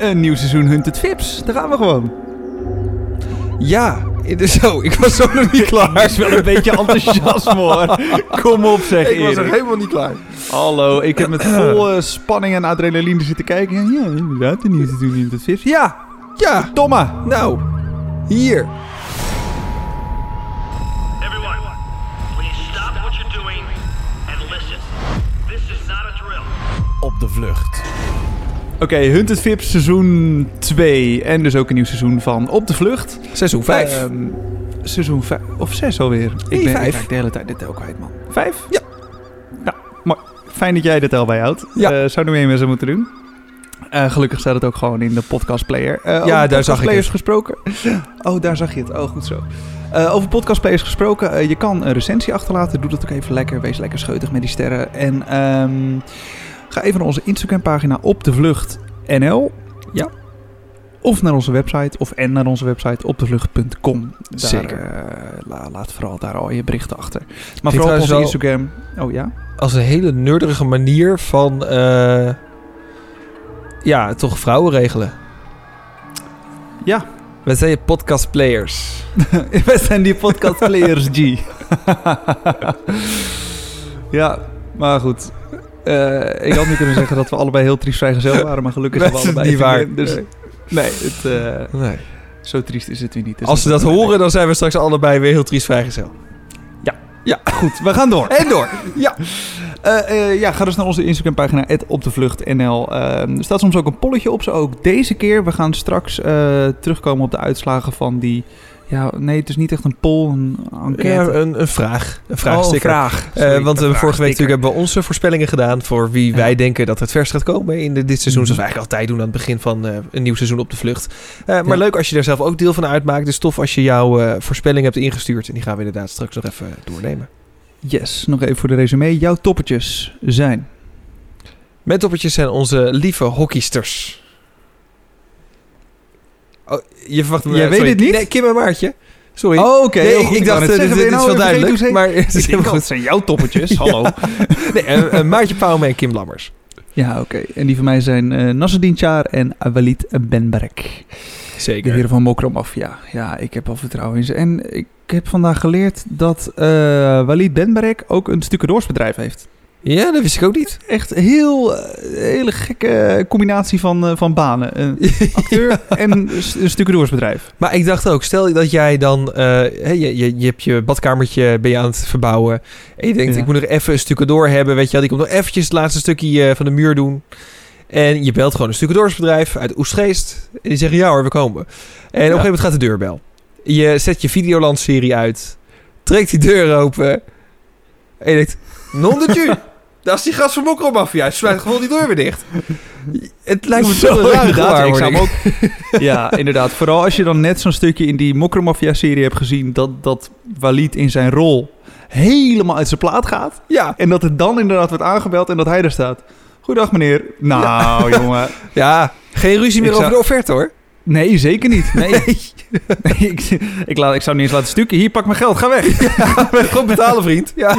Een nieuw seizoen Hunted Vips. Daar gaan we gewoon. Ja, ik was zo nog niet klaar. Dat is wel een beetje enthousiasme hoor. Kom op zeg Ik was Erik. nog helemaal niet klaar. Hallo, ik heb met vol spanning en adrenaline zitten kijken. Ja, inderdaad, een nieuw seizoen Hunted Vips. Ja, Tomme. Nou, hier. Everyone, please stop what you're doing and listen. This is not a drill. Op de vlucht. Oké, Hunted Vips seizoen 2. En dus ook een nieuw seizoen van Op de Vlucht. Seizoen 5. Seizoen 5 of 6 alweer. Nee, Ik 5. raak de hele tijd de tel kwijt, man. 5? Ja. Nou, mooi. Fijn dat jij de tel bijhoudt. Ja. Zouden we meer mensen moeten doen. Gelukkig staat het ook gewoon in de podcastplayer. Ja, daar zag ik het. Gesproken. Oh, daar zag je het. Oh, goed zo. Over podcastplayers gesproken. Je kan een recensie achterlaten. Doe dat ook even lekker. Wees lekker scheutig met die sterren. En ga even naar onze Instagram pagina Op de Vlucht NL. Ja. Of naar onze website. Naar onze website opdevlucht.com. Zeker. Laat vooral daar al je berichten achter. Maar Dit vooral op onze wel- Instagram. Oh ja? Als een hele nerdige manier van... toch vrouwen regelen. Ja. Wij zijn je podcastplayers. We zijn die podcastplayers G. Ja, maar goed. Ik had niet kunnen zeggen dat we allebei heel triest vrijgezel waren, maar gelukkig hebben we Dat is allebei niet vriendin, waar. Dus, nee, Nee. zo triest is het weer niet. Dus Als ze dat horen, dan zijn we straks allebei weer heel triest vrijgezel. Goed, we gaan door. En door. Ja. Ga dus naar onze Instagram-pagina @opdevluchtnl. Er staat soms ook een polletje op, zo ook deze keer. We gaan straks terugkomen op de uitslagen van die... Ja, nee, het is niet echt een poll, een enquête. Ja, een vraag. Een vraagsticker. Oh, een vraag. Sorry, Want een vorige week vraagsticker. natuurlijk hebben we onze voorspellingen gedaan voor wie wij denken dat het verst gaat komen in dit seizoen. Zoals we eigenlijk altijd doen aan het begin van een nieuw seizoen Op de Vlucht. Maar leuk als je daar zelf ook deel van uitmaakt. Dus tof als je jouw voorspelling hebt ingestuurd. En die gaan we inderdaad straks nog even doornemen. Yes, nog even voor de resume. Jouw toppetjes zijn... Mijn toppertjes zijn onze lieve hockeysters. Oh, je verwacht Jij weet het niet? Nee, Kim en Maartje. Sorry. Oh, oké. Nee, heel goed. ik dacht, wou net dit zeggen, is wel duidelijk. Maar het is Ik denk, helemaal dat goed. zijn jouw toppetjes. Hallo. Nee, Maartje Pauwme en Kim Lammers. Ja, oké. En die van mij zijn Nasreddin Char en Walid Benberk. De Zeker. heren van Mokro Mafia. Ja, ik heb al vertrouwen in ze. En ik heb vandaag geleerd dat Walid Benberk ook een stucadoorsbedrijf heeft. Ja, dat wist ik ook niet. Echt hele gekke combinatie van banen. Acteur en een stucadoorsbedrijf. Maar ik dacht ook, stel dat jij dan... je hebt je badkamertje ben je aan het verbouwen. En je denkt, Ja. ik moet nog even een stucadoor hebben. Weet je wel, die komt nog eventjes het laatste stukje van de muur doen. En je belt gewoon een stucadoorsbedrijf uit Oestgeest. En die zeggen, ja hoor, we komen. En op een gegeven moment gaat de deurbel. Je zet je Videoland-serie uit. Trekt die deur open. En je denkt, non de tu. Dat is die gast van Mokro Mafia. Hij sluit gewoon die deur weer dicht. Het lijkt me zo raar inderdaad. Ik zou gewaarwording. hem ook, ja, inderdaad. Vooral als je dan net zo'n stukje in die Mokro Mafia-serie hebt gezien... dat Walid in zijn rol helemaal uit zijn plaat gaat. Ja. En dat het dan inderdaad wordt aangebeld en dat hij er staat. Goedendag, meneer. Nou, jongen. Ja, geen ruzie meer Ik over zou- de offerte hoor. Nee, zeker niet. Nee. Ik zou niet eens laten stukken. Hier, pak mijn geld. Ga weg. Gewoon betalen, vriend. Ja.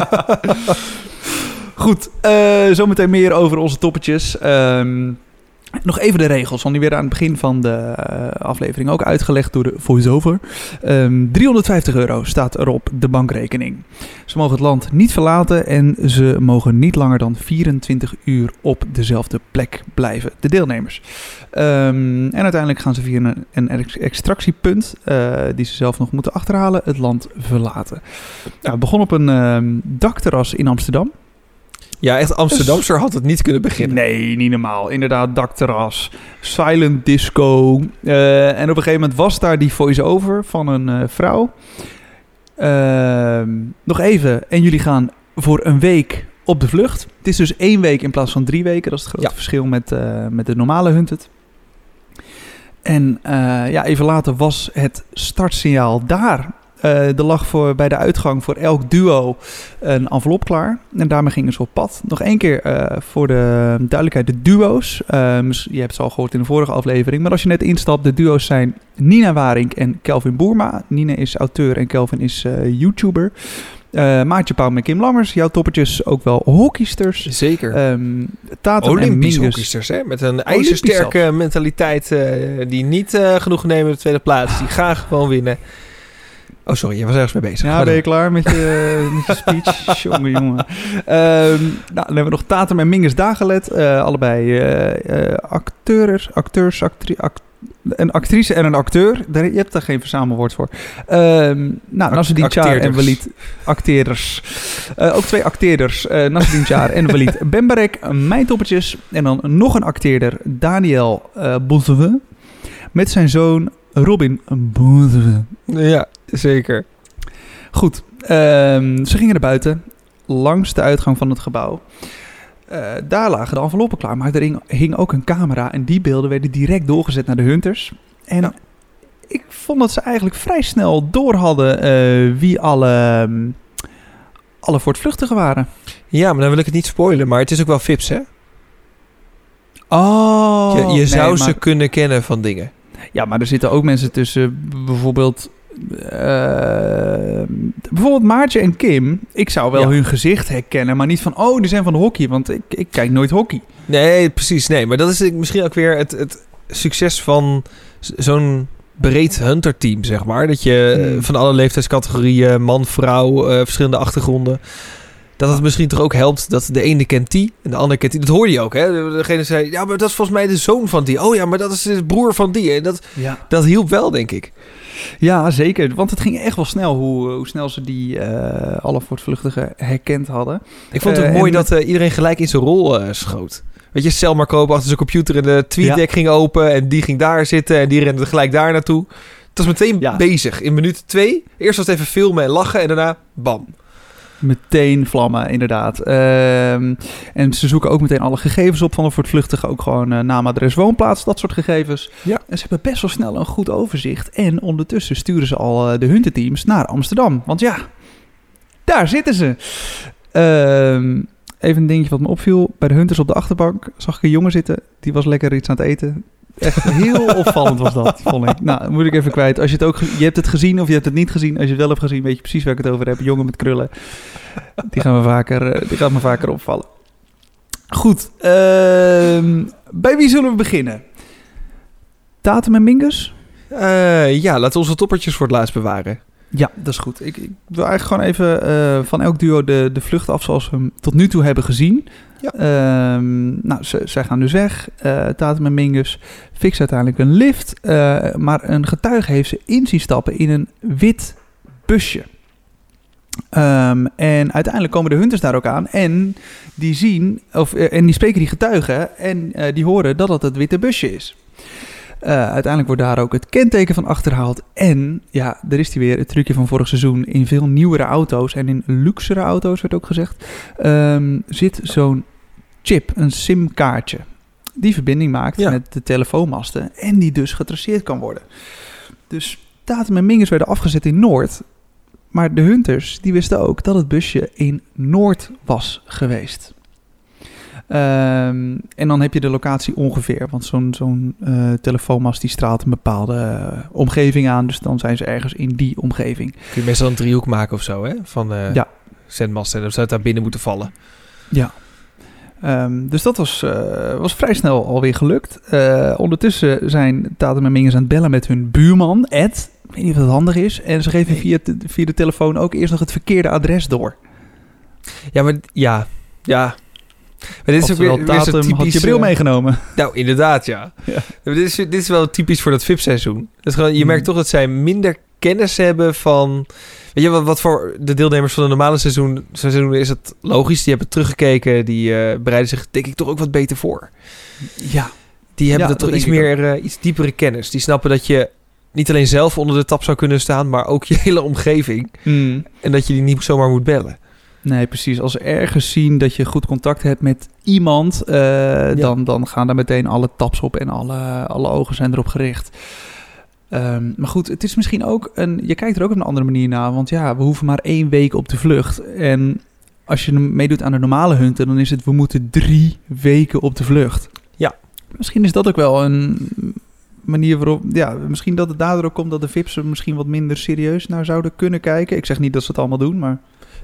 Goed, zometeen meer over onze toppetjes. Nog even de regels, want die werden aan het begin van de aflevering ook uitgelegd door de voice-over. €350 staat er op de bankrekening. Ze mogen het land niet verlaten en ze mogen niet langer dan 24 uur op dezelfde plek blijven, de deelnemers. En uiteindelijk gaan ze via een extractiepunt, die ze zelf nog moeten achterhalen, het land verlaten. Nou, het begon op een dakterras in Amsterdam. Ja, echt Amsterdamser had het niet kunnen beginnen. Nee, niet normaal. Inderdaad, dakterras, silent disco. En op een gegeven moment was daar die voice-over van een vrouw. Nog even. En jullie gaan voor een week op de vlucht. Het is dus 1 week in plaats van 3 weken. Dat is het grote verschil met de normale Hunted. En even later was het startsignaal daar. Er lag bij de uitgang voor elk duo een envelop klaar. En daarmee gingen ze op pad. Nog 1 keer voor de duidelijkheid, de duo's. Je hebt ze al gehoord in de vorige aflevering. Maar als je net instapt, de duo's zijn Nina Waring en Kelvin Boerma. Nina is auteur en Kelvin is YouTuber. Maartje Pauw en Kim Lammers, jouw toppertjes ook wel hockeysters. Zeker. Tatum en Olympisch Mingus. hockeysters, hè? Met een ijzersterke mentaliteit die niet genoegen nemen op de tweede plaats. Die gaan gewoon winnen. Oh, sorry, je was ergens mee bezig. Ja, ben je klaar met je speech? Jongen. Dan hebben we nog Tatum en Mingus Dagelet. Allebei een actrice en een acteur. Je hebt daar geen verzamelwoord voor. Nasreddin Char en Walid. Acteerders. Ook 2 acteerders. Nasreddin Char en Walid Bembarek. Mijn toppertjes. En dan nog een acteerder. Daniel Boswe. Met zijn zoon Robin Boswe. Ja, zeker. Goed. Ze gingen naar buiten. Langs de uitgang van het gebouw. Daar lagen de enveloppen klaar, maar er hing ook een camera en die beelden werden direct doorgezet naar de hunters. En ik vond dat ze eigenlijk vrij snel door hadden wie alle voortvluchtigen waren. Ja, maar dan wil ik het niet spoilen, maar het is ook wel Vips, hè? Oh. Je zou ze kunnen kennen van dingen. Ja, maar er zitten ook mensen tussen, bijvoorbeeld Maartje en Kim. Ik zou wel hun gezicht herkennen, maar niet van, die zijn van de hockey, want ik kijk nooit hockey. Nee, precies. Nee, maar dat is misschien ook weer het succes van zo'n breed hunterteam, zeg maar. Dat je van alle leeftijdscategorieën, man, vrouw, verschillende achtergronden, dat het misschien toch ook helpt dat de ene kent die en de ander kent die. Dat hoorde je ook, hè? Degene zei, ja, maar dat is volgens mij de zoon van die. Oh ja, maar dat is de broer van die. En dat hielp wel, denk ik. Ja, zeker. Want het ging echt wel snel hoe snel ze die alle voortvluchtigen herkend hadden. Ik vond het ook mooi dat iedereen gelijk in zijn rol schoot. Weet je, Selma Koop achter zijn computer en de tweetdeck ging open en die ging daar zitten en die rende gelijk daar naartoe. Het was meteen bezig. In minuut 2. Eerst was het even filmen en lachen en daarna bam. Meteen vlammen, inderdaad. En ze zoeken ook meteen alle gegevens op van de voortvluchtigen. Ook gewoon naam, adres, woonplaats, dat soort gegevens. Ja. En ze hebben best wel snel een goed overzicht. En ondertussen sturen ze al de hunterteams naar Amsterdam. Want ja, daar zitten ze. Even een dingetje wat me opviel. Bij de hunters op de achterbank zag ik een jongen zitten. Die was lekker iets aan het eten. Echt heel opvallend was dat, vond ik. Nou, moet ik even kwijt. Als je het ook je hebt het gezien of je hebt het niet gezien. Als je het wel hebt gezien, weet je precies waar ik het over heb. Jongen met krullen. Die gaan me vaker opvallen. Goed. Bij wie zullen we beginnen? Tatum en Mingus? Laten we onze toppertjes voor het laatst bewaren. Ja, dat is goed. Ik wil eigenlijk gewoon even van elk duo de vlucht af zoals we hem tot nu toe hebben gezien. Ja. Zij gaan dus weg. Tatum en Mingus fixen uiteindelijk een lift. Maar een getuige heeft ze in zien stappen in een wit busje. En uiteindelijk komen de hunters daar ook aan. En die zien, en die spreken die getuigen. En die horen dat het witte busje is. Uiteindelijk wordt daar ook het kenteken van achterhaald. En ja, er is die weer, het trucje van vorig seizoen. In veel nieuwere auto's en in luxere auto's, werd ook gezegd, zit zo'n chip, een simkaartje, die verbinding maakt met de telefoonmasten en die dus getraceerd kan worden. Dus Tatum en Mingus werden afgezet in Noord. Maar de hunters, die wisten ook dat het busje in Noord was geweest. En dan heb je de locatie ongeveer. Want zo'n telefoonmast die straalt een bepaalde omgeving aan. Dus dan zijn ze ergens in die omgeving. Kun je meestal een driehoek maken of zo, hè? Van zendmasten. Dan zou het daar binnen moeten vallen. Ja. Dus dat was vrij snel alweer gelukt. Ondertussen zijn Tatum en Mingus aan het bellen met hun buurman, Ed. Ik weet niet of dat handig is. En ze geven via de telefoon ook eerst nog het verkeerde adres door. Ja, maar ja. Maar dit is ook weer zo typisch. Had je bril meegenomen? Nou, inderdaad, ja. Dit is wel typisch voor dat VIP-seizoen. Je merkt toch dat zij minder kennis hebben van... Weet je, wat voor de deelnemers van een normale seizoen is het logisch. Die hebben teruggekeken, die bereiden zich denk ik toch ook wat beter voor. Ja. Die hebben er toch iets meer, iets diepere kennis. Die snappen dat je niet alleen zelf onder de tap zou kunnen staan, maar ook je hele omgeving. En dat je die niet zomaar moet bellen. Nee, precies. Als ze ergens zien dat je goed contact hebt met iemand, dan gaan daar meteen alle tabs op en alle ogen zijn erop gericht. Maar goed, het is misschien ook je kijkt er ook op een andere manier naar, want ja, we hoeven maar 1 week op de vlucht. En als je meedoet aan de normale hunten, dan is het, we moeten 3 weken op de vlucht. Ja. Misschien is dat ook wel een manier waarop, misschien dat het daardoor komt dat de VIP's er misschien wat minder serieus naar zouden kunnen kijken. Ik zeg niet dat ze het allemaal doen, maar...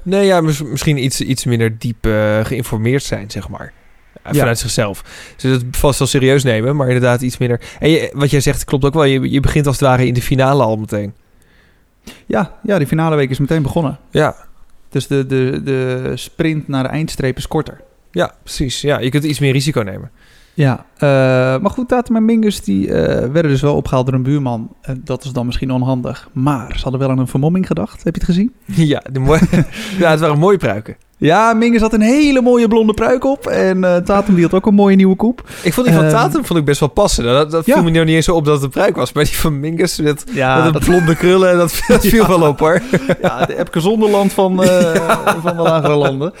Nee, ja, misschien iets minder diep geïnformeerd zijn, zeg maar. Vanuit zichzelf. Dus dat vast wel serieus nemen, maar inderdaad iets minder. En wat jij zegt klopt ook wel. Je begint als het ware in de finale al meteen. Ja, die finale week is meteen begonnen. Ja. Dus de sprint naar de eindstreep is korter. Ja, precies. Ja, je kunt iets meer risico nemen. Ja, maar goed, Tatum en Mingus die werden dus wel opgehaald door een buurman. Dat is dan misschien onhandig. Maar ze hadden wel aan een vermomming gedacht. Heb je het gezien? Ja, ja, het waren mooie pruiken. Ja, Mingus had een hele mooie blonde pruik op. En Tatum die had ook een mooie nieuwe koep. Ik vond die van Tatum best wel passen. Dat viel me nou niet eens zo op dat het een pruik was. Maar die van Mingus met dat blonde krullen, dat viel wel op hoor. Ja, de Epke Zonderland van de lagere landen.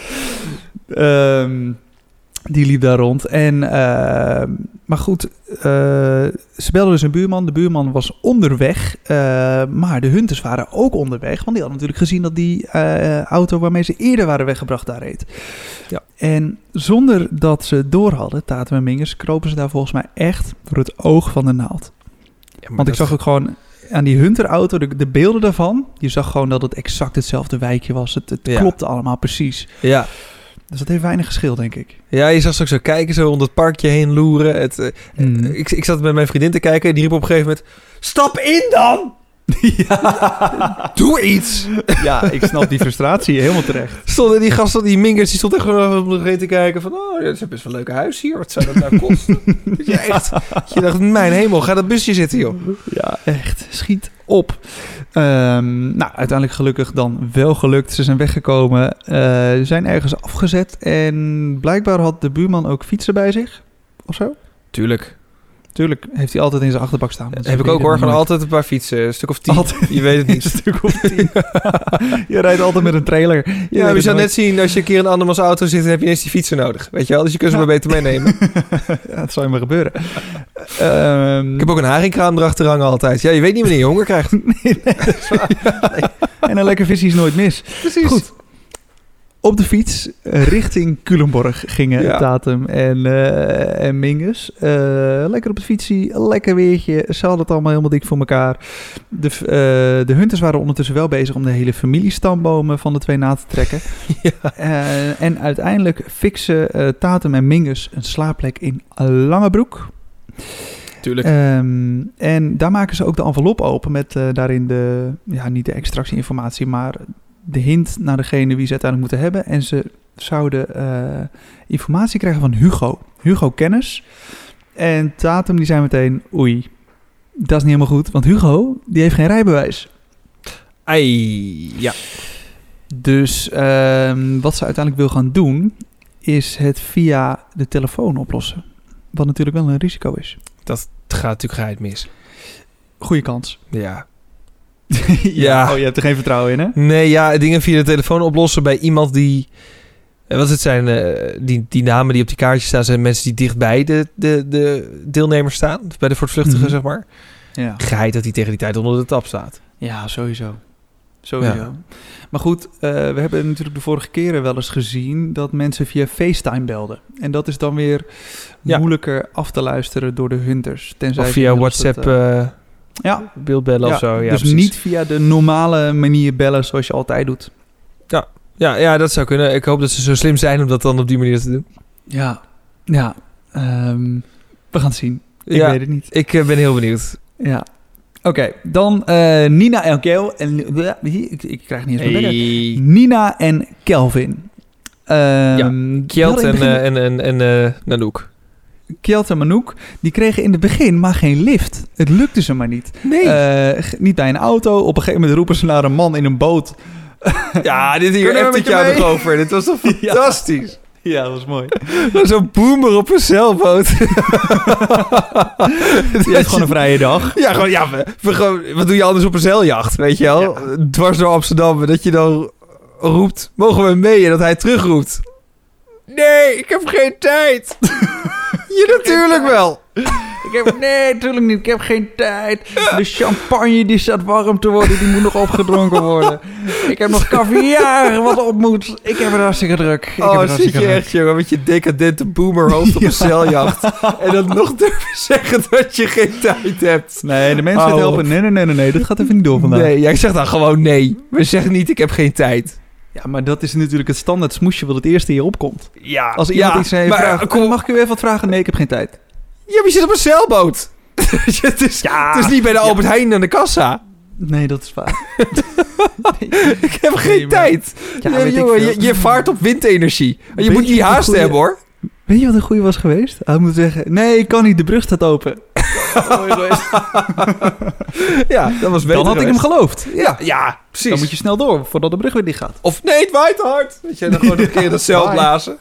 Die liep daar rond. En, maar goed, ze belden dus een buurman. De buurman was onderweg. Maar de hunters waren ook onderweg. Want die hadden natuurlijk gezien dat die auto waarmee ze eerder waren weggebracht daar reed. Ja. En zonder dat ze door hadden, Tatum en Mingus, kropen ze daar volgens mij echt door het oog van de naald. Ja, want ik zag ook gewoon aan die hunterauto, de beelden daarvan. Je zag gewoon dat het exact hetzelfde wijkje was. Het klopte allemaal precies. Ja. Dus dat heeft weinig geschil, denk ik. Ja, je zag ze ook zo kijken, zo rond het parkje heen loeren. Ik zat met mijn vriendin te kijken en die riep op een gegeven moment... Stap in dan! Ja. Doe iets! Ja, ik snap die frustratie helemaal terecht. Stonden die gasten, die Mingus, die stond echt gewoon op de te kijken van... Oh, dat is best wel een leuk huis hier. Wat zou dat nou kosten? Je dacht, mijn hemel, ga dat busje zitten, joh. Ja, echt. Schiet op. Uiteindelijk gelukkig dan wel gelukt. Ze zijn weggekomen. Ze zijn ergens afgezet. En blijkbaar had de buurman ook fietsen bij zich. Of zo? Tuurlijk heeft hij altijd in zijn achterbak staan. Dat heb ik ook hoor. Gewoon altijd een paar fietsen. Een stuk of 10. Altijd. Je weet het niet. Een stuk of 10. Je rijdt altijd met een trailer. Je zou net zien, als je een keer in een andermans auto zit... dan heb je eens die fietsen nodig. Weet je wel? Dus je kunt ze maar beter meenemen. Ja, dat zou je maar gebeuren. Ik heb ook een haringkraam erachter hangen altijd. Ja, je weet niet wanneer je honger krijgt. Nee, dat is waar. Nee. En een lekker visje is nooit mis. Precies. Goed. Op de fiets richting Culemborg gingen Tatum en Mingus. Lekker op de fietsie, lekker weertje. Ze hadden het allemaal helemaal dik voor elkaar. De hunters waren ondertussen wel bezig om de hele familiestambomen van de twee na te trekken. Ja. En uiteindelijk fixen Tatum en Mingus een slaapplek in Langebroek. Tuurlijk. En daar maken ze ook de envelop open met daarin niet de extractieinformatie, maar de hint naar degene wie ze uiteindelijk moeten hebben. En ze zouden informatie krijgen van Hugo Kennis. En Tatum die zei meteen, oei, dat is niet helemaal goed, want Hugo die heeft geen rijbewijs. Ja. Dus wat ze uiteindelijk wil gaan doen, is het via de telefoon oplossen. Wat natuurlijk wel een risico is. Dat gaat natuurlijk geheid mis. Goeie kans. Ja. Ja. Oh, je hebt er geen vertrouwen in, hè? Nee, ja, dingen via de telefoon oplossen bij iemand die... Wat het zijn, die namen die op die kaartjes staan... zijn mensen die dichtbij de deelnemers staan. Bij de voortvluchtigen, zeg maar. Ja. Geheid dat hij tegen die tijd onder de tap staat. Ja, sowieso. Ja. Maar goed, we hebben natuurlijk de vorige keren wel eens gezien... dat mensen via FaceTime belden. En dat is dan weer moeilijker af te luisteren door de hunters. Tenzij of via WhatsApp... beeldbellen of zo. Ja, dus precies. Niet via de normale manier bellen zoals je altijd doet. Ja, dat zou kunnen. Ik hoop dat ze zo slim zijn om dat dan op die manier te doen. Ja. We gaan het zien. Ik weet het niet. Ik ben heel benieuwd. Ja. Oké, dan Nina en Kel. Ik krijg niet eens meer Nina en Kelvin. Kjeld en Nanook. Kjeld en Manouk, die kregen in het begin maar geen lift. Het lukte ze maar niet. Nee. Niet bij een auto. Op een gegeven moment roepen ze naar een man in een boot. Ja, dit hier heb ik jou nog over. Dit was toch fantastisch? Ja, dat was mooi. Zo'n boomer op een zeilboot. Die heeft gewoon een vrije dag. Ja, wat doe je anders op een zeiljacht, weet je wel? Ja. Dwars door Amsterdam. Dat je dan roept, mogen we mee? En dat hij terugroept. Nee, ik heb geen tijd. Je natuurlijk wel. Nee, natuurlijk niet. Ik heb geen tijd. De champagne die staat warm te worden, die moet nog opgedronken worden. Ik heb nog caviar wat op moet. Ik heb het hartstikke druk. Zit je echt, jongen, met je decadente boomerhoofd op een zeiljacht. En dan nog durven zeggen dat je geen tijd hebt. Nee, de mensen helpen. Nee. Dat gaat even niet door vandaag. Nee, jij zegt dan gewoon nee. We zeggen niet, ik heb geen tijd. Ja, maar dat is natuurlijk het standaard smoesje wat het eerste in je opkomt. Ja, Als iemand iets vraagt, mag ik u even wat vragen? Nee, ik heb geen tijd. Ja, maar je zit op een zeilboot. het is niet bij de Albert Heijn aan de kassa. Nee, dat is waar. Ik heb geen tijd. Ja, Ja, weet ik jongen, veel. je vaart op windenergie. Je Weet moet je niet wat een haast goeie- hebben, hoor. Weet je wat een goeie was geweest? Hij moet zeggen, nee, ik kan niet, de brug staat open. Ja, dat was beter Dan had ik hem geweest. geloofd. Ja, precies. Dan moet je snel door, voordat de brug weer dicht gaat. Of nee, het waait te hard. Weet je, dan gewoon een keer in dat zeil Waai. blazen.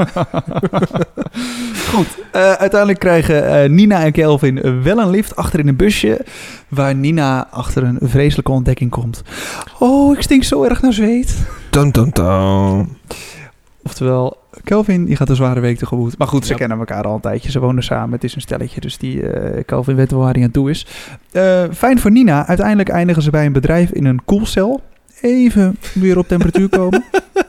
Goed, uiteindelijk krijgen Nina en Kelvin wel een lift achter in een busje, waar Nina achter een vreselijke ontdekking komt. Oh, ik stink zo erg naar zweet. Dun, dun, dun. Oftewel, Kelvin die gaat een zware week tegemoet. Maar goed, ze Ja. kennen elkaar al een tijdje. Ze wonen samen. Het is een stelletje. Dus Kelvin weet wel waar hij aan toe is. Fijn voor Nina. Uiteindelijk eindigen ze bij een bedrijf in een koelcel. Even weer op temperatuur komen.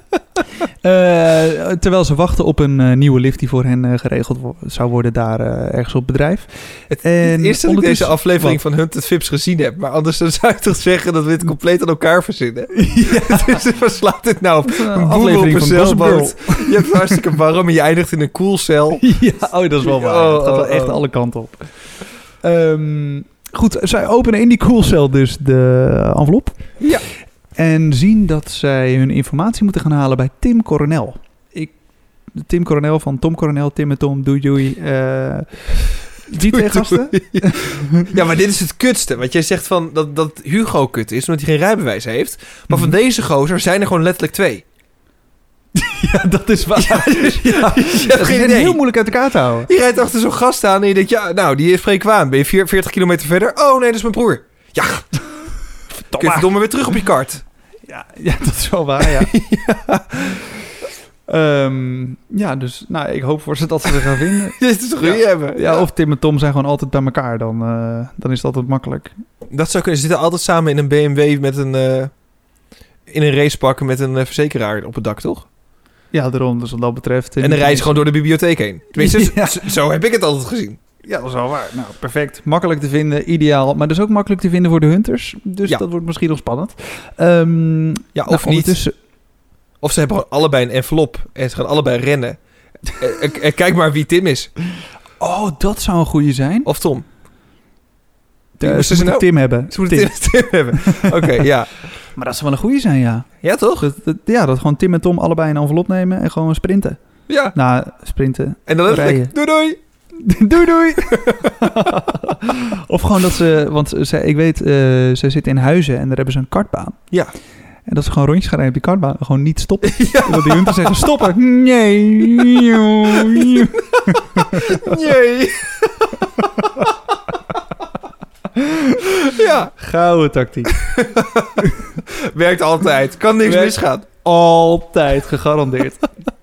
Terwijl ze wachten op een nieuwe lift die voor hen geregeld zou worden daar ergens op bedrijf. Het En eerste dat ik ondertussen- deze aflevering Wat? van Hunted Vips gezien heb. Maar anders dan zou je toch zeggen dat we het compleet aan elkaar verzinnen. Dus waar slaat dit nou op? Een Een boel aflevering op een van Gossip zeilboot. Je hebt het hartstikke warm en je eindigt in een koelcel. Ja, oh, dat is wel waar. Oh, Het gaat wel oh, echt oh. alle kanten op. Goed, zij openen in die koelcel dus de envelop. Ja. En zien dat zij hun informatie moeten gaan halen bij Tim Coronel. Tim Coronel van Tom Coronel, Tim en Tom, doei doei. Die twee gasten. Ja, maar dit is het kutste. Want jij zegt van dat Hugo kut is, omdat hij geen rijbewijs heeft. Maar van Mhm. deze gozer zijn er gewoon letterlijk 2. Ja, dat is waar. Ja, dus- Ja, je hebt dat geen is idee. heel moeilijk uit elkaar te houden. Je rijdt achter zo'n gast aan en je denkt, ja, nou, die spreken we aan. Ben je 40 kilometer verder? Oh, nee, dat is mijn broer. Ja, kun je verdomme weer terug op je kart. Ja, dat is wel waar, ja. Ja, dus nou, ik hoop voor ze dat ze er gaan vinden. Dit is toch Ja. goeie hebben. Ja, of Tim en Tom zijn gewoon altijd bij elkaar. Dan is het altijd makkelijk. Dat zou kunnen. Ze zitten altijd samen in een BMW met een... in een racepak met een verzekeraar op het dak, toch? Ja, daarom. Dus wat dat betreft... En dan rijden ze gewoon door de bibliotheek heen. Tenminste, Ja. zo heb ik het altijd gezien. Ja, dat is wel waar. Nou, perfect. Makkelijk te vinden, ideaal. Maar dus ook makkelijk te vinden voor de hunters. Dus Ja. dat wordt misschien nog spannend. Ja, of niet. ondertussen- Of ze hebben gewoon allebei een envelop en ze gaan allebei rennen. En kijk maar wie Tim is. Oh, dat zou een goede zijn. Of Tom. Ze moesten ze moeten nou- Tim hebben. Ze moeten Tim hebben. Oké, ja. Maar dat zou wel een goede zijn, ja. Ja, toch? Dat gewoon Tim en Tom allebei een envelop nemen en gewoon sprinten. Ja. Nou, sprinten. En dan letterlijk, Rijden. doei doei. Doei, doei. Of gewoon dat ze... Want ik weet, ze zitten in Huizen en daar hebben ze een kartbaan. Ja. En dat ze gewoon rondjes gaan rijden op die kartbaan. Gewoon niet stoppen. Ja. En dat die hunters zeggen, stoppen. Nee. Jee. Ja. Gouden tactiek. Werkt altijd. Kan niks Werkt- misgaan. Altijd, gegarandeerd.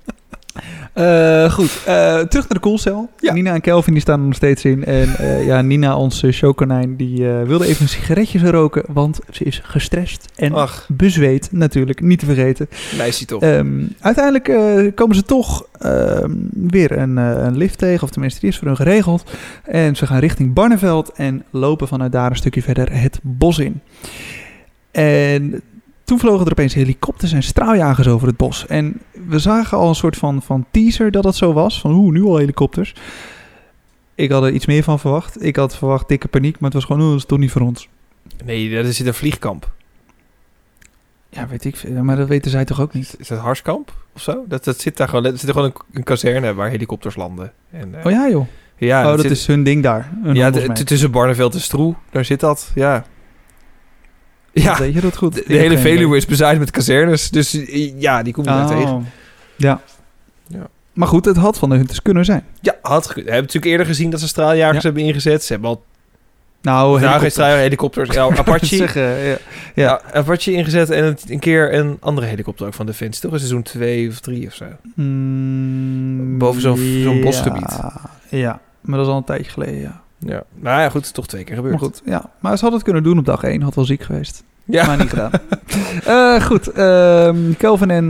Goed, terug naar de koelcel. Ja. Nina en Kelvin die staan er nog steeds in. En Nina, ons showkonijn, die wilde even een sigaretje roken, want ze is gestrest en Ach, bezweet natuurlijk, niet te vergeten. meisje toch. Uiteindelijk komen ze toch weer een lift tegen, of tenminste die is voor hun geregeld. En ze gaan richting Barneveld en lopen vanuit daar een stukje verder het bos in. En toen vlogen er opeens helikopters en straaljagers over het bos. En we zagen al een soort van teaser dat het zo was. Van nu al helikopters. Ik had er iets meer van verwacht. Ik had verwacht dikke paniek, maar het was gewoon, dat is toch niet voor ons. Nee, er zit een vliegkamp. Ja, weet ik veel. Maar dat weten zij toch ook niet? Is dat Harskamp of zo? Dat zit daar gewoon. Er zit er gewoon een kazerne waar helikopters landen. En, Oh ja, joh. ja, Dat zit- is hun ding daar. Hun ja, handelsmerk. tussen Barneveld en Stroe, daar zit dat. Ja. Ja, Weet je dat goed? de hele Veluwe is bezaaid met kazernes. Dus ja, die kom je daar tegen. Ja. Ja. Maar goed, het had van de hunters kunnen zijn. Ja, had gekund. We hebben natuurlijk eerder gezien dat ze straaljagers hebben ingezet. Ze hebben al Nou, geen straalhelikopters. Ja, Apache. Zeggen, ja. Ja, Apache ingezet en een keer een andere helikopter ook van Defensie. Toch? In seizoen 2 of 3 of zo. Boven zo'n bosgebied. Ja, maar dat is al een tijdje geleden, ja. Ja. Nou ja, goed, het is toch 2 keer gebeurd. Maar goed, ja. Maar ze hadden het kunnen doen op dag 1. Had wel ziek geweest. Ja. Maar niet gedaan. Goed, Kelvin en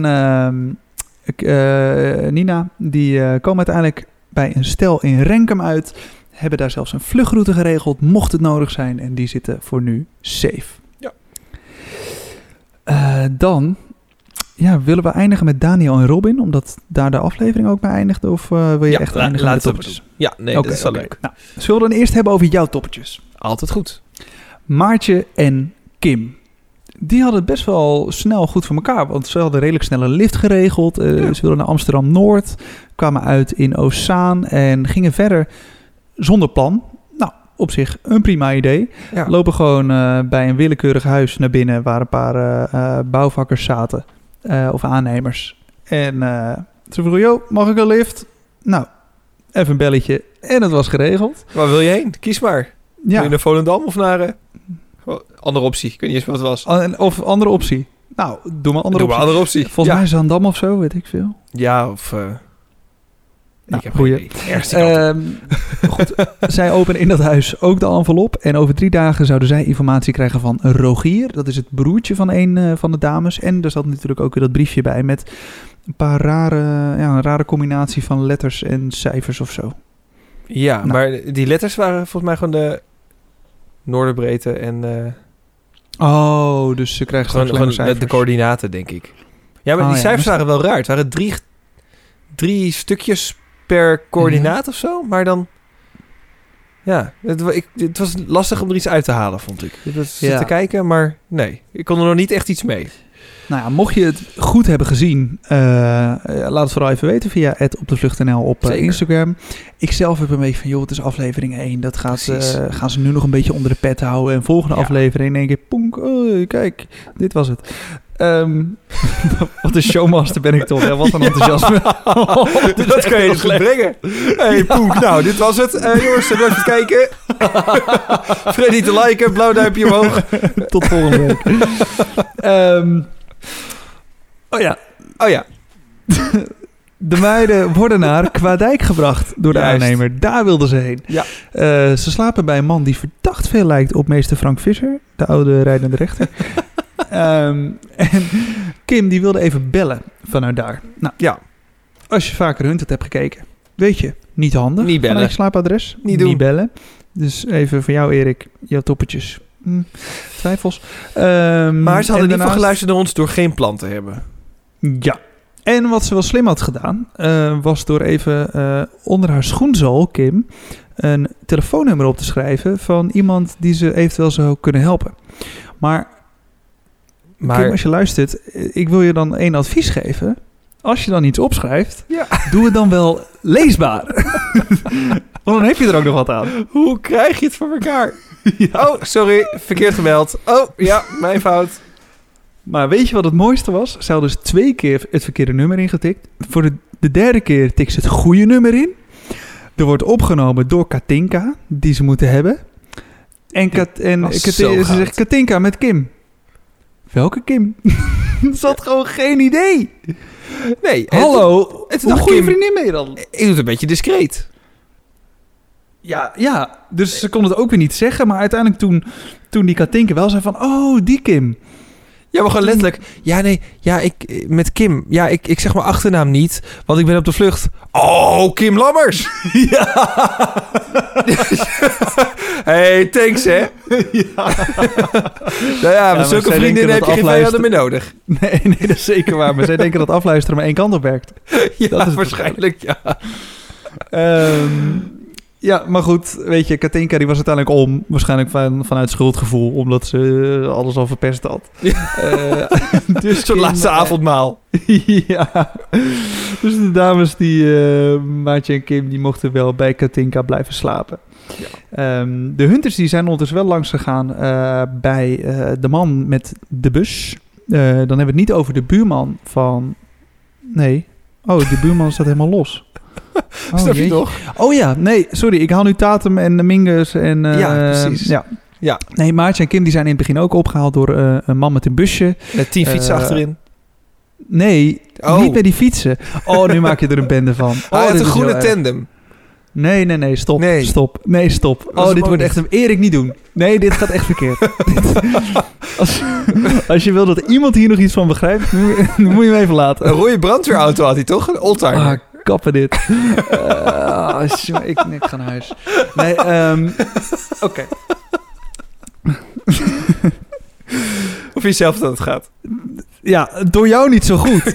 Nina, die komen uiteindelijk bij een stel in Renkum uit. Hebben daar zelfs een vluchtroute geregeld, mocht het nodig zijn. En die zitten voor nu safe. Ja. Dan willen we eindigen met Daniel en Robin? Omdat daar de aflevering ook bij eindigde? Of wil je echt eindigen met de toppetjes? Ja, nee, dat is wel leuk. Nou, zullen we dan eerst hebben over jouw toppetjes? Altijd goed. Maartje en Kim. Die hadden het best wel snel goed voor elkaar. Want ze hadden redelijk snel een lift geregeld. Ze wilden naar Amsterdam-Noord. Kwamen uit in Oostzaan. En gingen verder zonder plan. Nou, op zich een prima idee. Ja. Lopen gewoon bij een willekeurig huis naar binnen. Waar een paar bouwvakkers zaten. Of aannemers. En ze vroegen, joh, mag ik een lift? Nou, even een belletje. En het was geregeld. Waar wil je heen? Kies maar. Wil Ja. je naar Volendam of naar... andere optie. Ik weet niet eens wat het was. Of andere optie. Nou, doe maar andere Doe maar optie. andere optie. Volgens mij Zaandam of zo, weet ik veel. Ja, of... Nou, ik heb goeie. geen idee. Ergens die kant op. Goed, zij openen in dat huis ook de envelop. En over 3 dagen zouden zij informatie krijgen van Rogier. Dat is het broertje van een van de dames. En er zat natuurlijk ook weer dat briefje bij met een paar een rare combinatie van letters en cijfers of zo. Ja, Nou. maar die letters waren volgens mij gewoon de Noorderbreedte en Oh, dus ze krijgen straks gewoon alleen maar cijfers. de coördinaten, denk ik. Ja, maar Oh, die ja, cijfers dus- waren wel raar. Het waren drie stukjes per coördinaat of zo, maar dan... Ja, het was lastig om er iets uit te halen, vond ik. Ik was Ja. te kijken, maar nee. Ik kon er nog niet echt iets mee. Nou ja, mocht je het goed hebben gezien, laat het vooral even weten via @opdevlucht.nl op Zeker. Instagram. Ik zelf heb een beetje van, joh, het is aflevering 1. Dat Precies. gaan ze nu nog een beetje onder de pet houden. En volgende Ja. aflevering denk ik, ponk, oh, kijk, dit was het. Wat een showmaster ben ik toch, hè? Wat een enthousiasme. Dat kan je dus goed brengen. Hey, Poek, nou, dit was het. Jongens, bedankt voor het kijken. Vergeet niet te liken, blauw duimpje omhoog. Tot volgende week. Oh ja. De meiden worden naar Kwaadijk gebracht door de Juist. aannemer. Daar wilden ze heen. Ja. Ze slapen bij een man die verdacht veel lijkt op meester Frank Visser. De oude rijdende rechter. En Kim die wilde even bellen vanuit daar. Nou, Ja. als je vaker Hunted hebt gekeken, weet je, niet handig. Niet bellen. Vanuit je slaapadres. Niet doen. Niet bellen. Dus even voor jou, Erik, jouw toppetjes. Twijfels. Maar ze en hadden niet van daarnaast- geluisterd naar ons door geen plan te hebben. Ja. En wat ze wel slim had gedaan, was door even onder haar schoenzool, Kim, een telefoonnummer op te schrijven van iemand die ze eventueel zou kunnen helpen. Maar Kim, als je luistert, ik wil je dan één advies geven. Als je dan iets opschrijft, Ja. doe het dan wel leesbaar. Want dan heb je er ook nog wat aan. Hoe krijg je het voor elkaar? Oh, sorry, verkeerd gemeld. Oh, ja, mijn fout. Maar weet je wat het mooiste was? Ze hadden dus 2 keer het verkeerde nummer ingetikt. Voor de derde keer tikt ze het goede nummer in. Er wordt opgenomen door Katinka, die ze moeten hebben. Ze zegt Katinka met Kim. Welke Kim? Ze had gewoon geen idee. Nee. Hallo, het hoe dacht goede Kim- vriendin ben je dan? Ik doe het een beetje discreet. Ja, dus ze kon het ook weer niet zeggen. Maar uiteindelijk toen die Katinka wel zei van... Oh, die Kim. Ja, maar gewoon letterlijk. Ja, nee. Ja, ik met Kim. Ja, ik zeg mijn achternaam niet, want ik ben op de vlucht. Oh, Kim Lammers. Ja. Hey, thanks, hè. Ja. Nou ja, met maar zulke zij vrienden denken heb dat je geen vijanden meer nodig. Nee, dat is zeker waar. Maar zij denken dat afluisteren maar één kant op werkt. Ja, Dat is het waarschijnlijk, ja. Ja, maar goed, weet je, Katinka die was uiteindelijk om. Waarschijnlijk vanuit schuldgevoel, omdat ze alles al verpest had. Ja. Dus Zo'n laatste avondmaal. Ja. Dus de dames, Maartje en Kim, die mochten wel bij Katinka blijven slapen. Ja. De hunters die zijn ondertussen wel langs gegaan bij de man met de bus. Dan hebben we het niet over de buurman van... Nee. Oh, de buurman staat helemaal los. Oh, Snap je jeetje. toch? Oh ja, nee, sorry. Ik haal nu Tatum en Mingus en... Ja, precies. Ja. Nee, Maartje en Kim die zijn in het begin ook opgehaald door een man met een busje. Met 10 fietsen achterin. Nee, Oh. niet bij die fietsen. Oh, nu maak je er een bende van. Hij had dit een is groene heel erg. tandem. Nee, stop. Nee. Stop. Nee, stop. Dat is Oh, dit ook wordt echt een... Erik, niet doen. Nee, dit gaat echt verkeerd. Als je wil dat iemand hier nog iets van begrijpt, dan moet je hem even laten. Een rode brandweerauto had hij toch? Een oldtimer. Ah, kappen dit. Jongen, ik ga naar huis. Nee, oké. Of je zelf dat het gaat. Ja, door jou niet zo goed.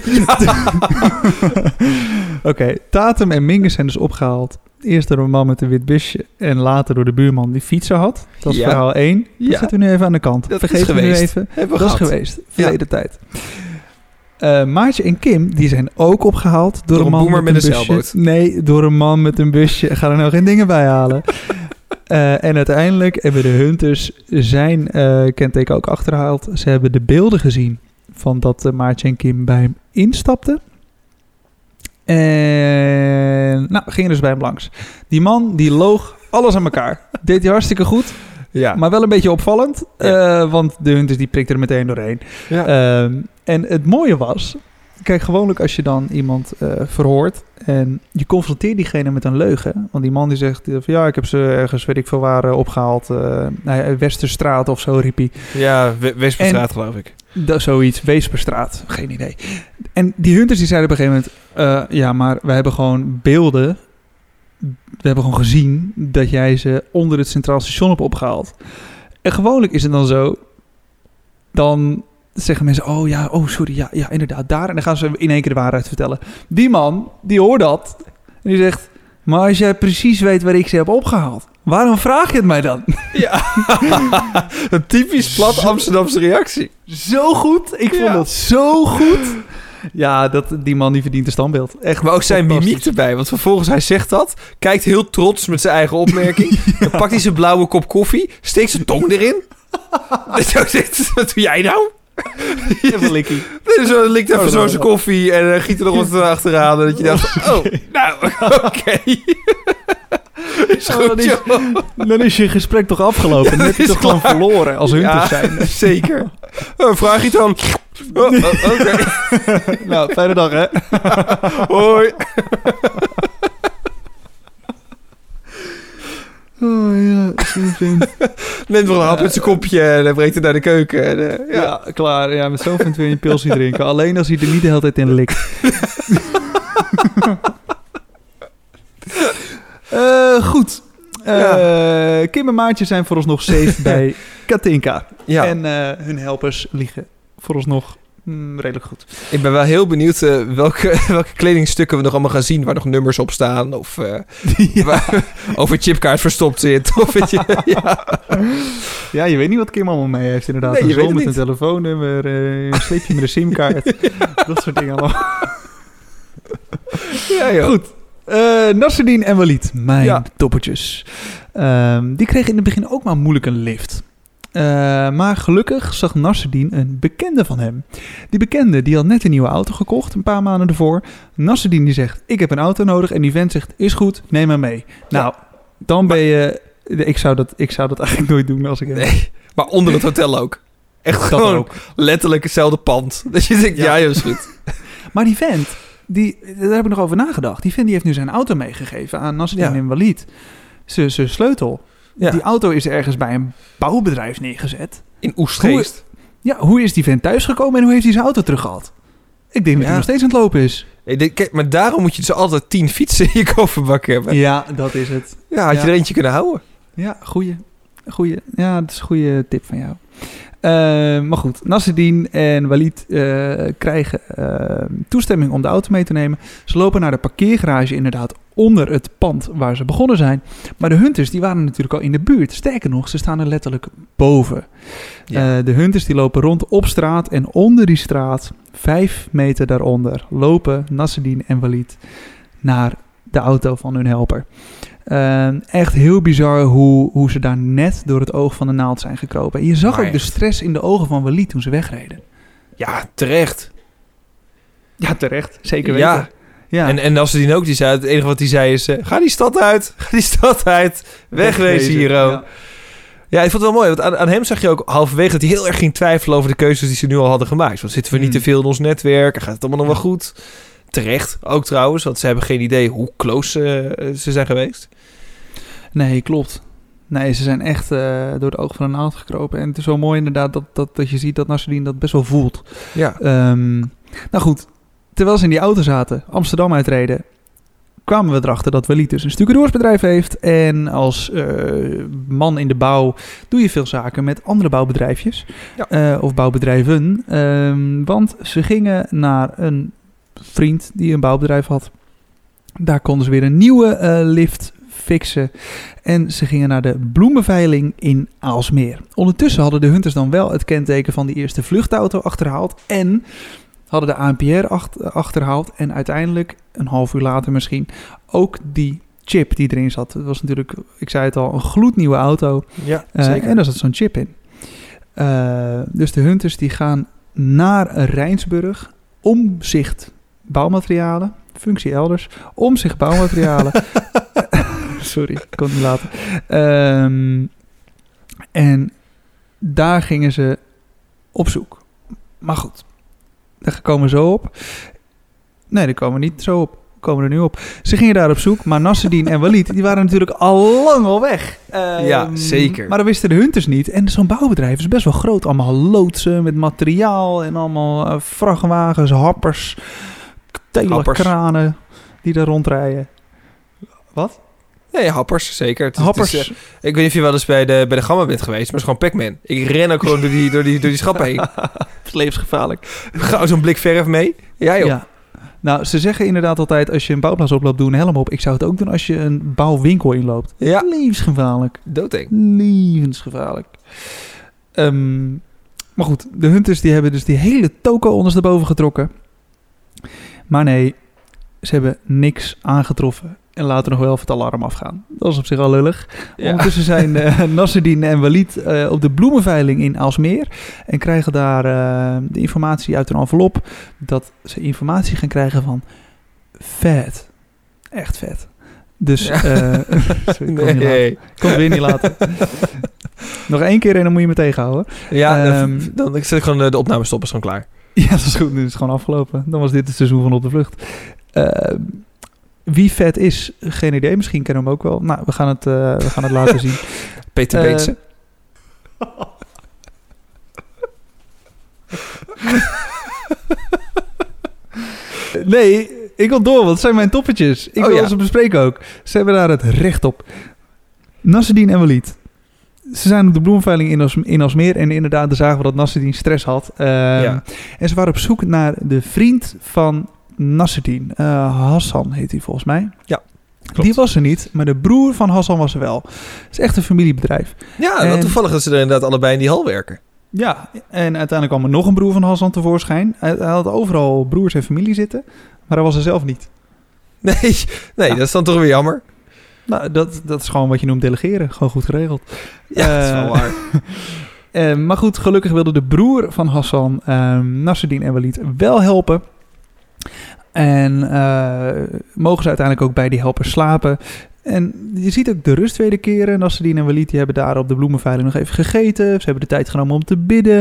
Oké, Tatum en Mingus zijn dus opgehaald. Eerst door een man met een wit busje en later door de buurman die fietsen had. Dat is verhaal 1. Dat Ja. zetten we nu even aan de kant. Dat Vergeet is het nu geweest. even. Hebben we Dat is gehad. geweest. Verleden tijd. Maartje en Kim, die zijn ook opgehaald door een man boemer met een busje. zeilboot. Nee, door een man met een busje. Ga er nou geen dingen bij halen. En uiteindelijk hebben de Hunters zijn kenteken ook achterhaald. Ze hebben de beelden gezien van dat Maartje en Kim bij hem instapten. En gingen dus bij hem langs. Die man, die loog alles aan elkaar. Deed hij hartstikke goed, Ja. maar wel een beetje opvallend. Ja. Want de Hunters die prikten er meteen doorheen. Ja. En het mooie was... Kijk, gewoonlijk als je dan iemand verhoort... en je confronteert diegene met een leugen... want die man die zegt... van, ja, ik heb ze ergens, weet ik veel waar, opgehaald. Westerstraat of zo, riep hij. Ja, Weesperstraat geloof ik. Zoiets, Weesperstraat. Geen idee. En die Hunters die zeiden op een gegeven moment... ja, maar we hebben gewoon beelden... we hebben gewoon gezien... dat jij ze onder het Centraal Station hebt opgehaald. En gewoonlijk is het dan zo... dan... zeggen mensen, sorry, ja, inderdaad, daar. En dan gaan ze in één keer de waarheid vertellen. Die man, die hoort dat. En die zegt, maar als jij precies weet waar ik ze heb opgehaald, waarom vraag je het mij dan? Ja. Een typisch plat Amsterdamse reactie. Zo goed. Ik vond dat zo goed. Ja, die man die verdient een standbeeld. Echt. Maar ook zijn fantastisch. mimiek erbij. Want vervolgens hij zegt dat. Kijkt heel trots met zijn eigen opmerking. Dan pakt hij zijn blauwe kop koffie. Steekt zijn tong erin. En zo zegt, wat doe jij nou? Even likkie. Zo likt even zo zijn koffie. En giet er nog wat achteraan. En dat je dacht, oké. Is goed, joh. Dan is je gesprek toch afgelopen. Dan heb je is toch gewoon klaar. verloren als Hunters zijn. Zeker. Vraag je dan. Oké. Nou, fijne dag, hè? Hoi. Oh ja, Neemt nog een hap met zijn kopje en hij brengt het naar de keuken. En, ja, klaar. Ja, met zo'n vent wil je een pilsje drinken. Alleen als hij er niet de hele tijd in likt. Goed. Kim en Maartje zijn vooralsnog safe bij Katinka. Ja. En hun helpers liggen vooralsnog redelijk goed. Ik ben wel heel benieuwd welke kledingstukken we nog allemaal gaan zien... waar nog nummers op staan of of een chipkaart verstopt zit. Of weet je, Ja, je weet niet wat Kim allemaal mee heeft inderdaad. Nee, een je weet zon het met een telefoonnummer, een slipje met een simkaart. Dat soort dingen allemaal. ja, joh. Goed. Nasreddin en Walid, mijn toppertjes. Die kregen in het begin ook maar moeilijk een lift. Maar gelukkig zag Nasreddin een bekende van hem. Die bekende die had net een nieuwe auto gekocht, een paar maanden ervoor. Nasreddin die zegt, ik heb een auto nodig. En die vent zegt, is goed, neem maar mee. Nou, dan ben je... Ik zou dat eigenlijk nooit doen als ik... Nee, maar onder het hotel ook. Echt Dat gewoon ook. letterlijk hetzelfde pand. Dat je denkt, ja joh, is goed. Maar die vent, daar heb ik nog over nagedacht. Die vent die heeft nu zijn auto meegegeven aan Nasreddin en Walid. Zijn sleutel. Ja. Die auto is ergens bij een bouwbedrijf neergezet. In Oestgeest. Hoe is die vent thuisgekomen en hoe heeft hij zijn auto teruggehaald? Ik denk dat hij nog steeds aan het lopen is. Kijk, maar daarom moet je dus altijd 10 fietsen in je kofferbak hebben. Ja, dat is het. Ja, had je er eentje kunnen houden. Ja, goeie. Ja, dat is een goede tip van jou. Maar goed, Nasreddin en Walid krijgen toestemming om de auto mee te nemen. Ze lopen naar de parkeergarage inderdaad onder het pand waar ze begonnen zijn. Maar de Hunters die waren natuurlijk al in de buurt. Sterker nog, ze staan er letterlijk boven. Ja. De Hunters die lopen rond op straat en onder die straat, 5 meter daaronder, lopen Nasreddin en Walid naar de auto van hun helper. Echt heel bizar hoe ze daar net door het oog van de naald zijn gekropen. En je zag Maar ook de echt. stress in de ogen van Walid toen ze wegreden. Ja, terecht. Ja, terecht. Zeker weten. Ja. Ja. En Nasreddin ook, die zei, het enige wat hij zei is... ga die stad uit, wegwezen hier. Ja. Ja, ik vond het wel mooi, want aan hem zag je ook halverwege... dat hij heel erg ging twijfelen over de keuzes die ze nu al hadden gemaakt. Want zitten we niet te veel in ons netwerk? Gaat het allemaal nog wel goed? Terecht, ook trouwens, want ze hebben geen idee hoe close ze zijn geweest. Nee, klopt. Nee, ze zijn echt door het oog van de naald gekropen. En het is zo mooi inderdaad dat je ziet dat Nasreddin dat best wel voelt. Ja. Nou goed, terwijl ze in die auto zaten, Amsterdam uitreden, kwamen we erachter dat Walid dus een stucadoorsbedrijf heeft. En als man in de bouw doe je veel zaken met andere bouwbedrijfjes. Ja. Of bouwbedrijven. Want ze gingen naar een vriend die een bouwbedrijf had. Daar konden ze weer een nieuwe lift fixen. En ze gingen naar de bloemenveiling in Aalsmeer. Ondertussen hadden de Hunters dan wel het kenteken van die eerste vluchtauto achterhaald. En hadden de ANPR achterhaald. En uiteindelijk, een half uur later misschien, ook die chip die erin zat. Het was natuurlijk, ik zei het al, een gloednieuwe auto. Ja, zeker. En daar zat zo'n chip in. Dus de Hunters die gaan naar Rijnsburg. Omzicht bouwmaterialen. Functie elders. Omzicht bouwmaterialen. Sorry, ik kon het niet laten. En daar gingen ze op zoek. Maar goed, daar komen we zo op. Nee, daar komen we niet zo op. We komen er nu op. Ze gingen daar op zoek, maar Nasreddin en Walid, die waren natuurlijk al lang al weg. Ja, zeker. Maar dat wisten de Hunters niet. En zo'n bouwbedrijf is best wel groot. Allemaal loodsen met materiaal en allemaal vrachtwagens, happers, telekranen die daar rondrijden. Wat? Nee, happers, zeker. Happers. Ik weet niet of je wel eens bij de Gamma bent geweest, maar het is gewoon Pac-Man. Ik ren ook gewoon door die schappen heen. Het is levensgevaarlijk. Gauw zo'n blik verf mee. Ja, joh. Ja. Nou, ze zeggen inderdaad altijd, als je een bouwplaats oploopt, doe een helm op. Ik zou het ook doen als je een bouwwinkel inloopt. Ja. Levensgevaarlijk. Doodeng. Levensgevaarlijk. Maar goed, de Hunters die hebben dus die hele toko ondersteboven getrokken. Maar nee, ze hebben niks aangetroffen. En laten nog wel even het alarm afgaan. Dat is op zich al lullig. Ja. Ondertussen zijn Nasreddin en Walid op de bloemenveiling in Aalsmeer. En krijgen daar de informatie uit een envelop. Dat ze informatie gaan krijgen van vet. Echt vet. Dus sorry, ik kon het weer niet laten. Nog 1 keer en dan moet je me tegenhouden. Ja, dan zet ik gewoon de opname stoppen. Is gewoon klaar. Ja, dat is goed. Nu is het gewoon afgelopen. Dan was dit het seizoen van Op de Vlucht. Wie vet is, geen idee. Misschien kennen we hem ook wel. Nou, we gaan het laten zien. Peter Beetsen. Nee, ik wil door, want het zijn mijn toppetjes. Ik wil ze bespreken ook. Ze hebben daar het recht op. Nasreddin en Walid. Ze zijn op de bloemenveiling in Aalsmeer. En inderdaad, zagen we dat Nasreddin stress had. En ze waren op zoek naar de vriend van Nasreddin. Hassan heet hij volgens mij. Ja, klopt. Die was er niet, maar de broer van Hassan was er wel. Het is echt een familiebedrijf. Ja, wat toevallig dat ze er inderdaad allebei in die hal werken. Ja, en uiteindelijk kwam er nog een broer van Hassan tevoorschijn. Hij had overal broers en familie zitten, maar hij was er zelf niet. Nee, dat is dan toch weer jammer. Nou, dat is gewoon wat je noemt delegeren. Gewoon goed geregeld. Ja, dat is wel waar. Maar goed, gelukkig wilde de broer van Hassan, Nasreddin en Walid, wel helpen. En mogen ze uiteindelijk ook bij die helpers slapen. En je ziet ook de rust wederkeren. Nasreddin en Walid die hebben daar op de bloemenveiling nog even gegeten. Ze hebben de tijd genomen om te bidden.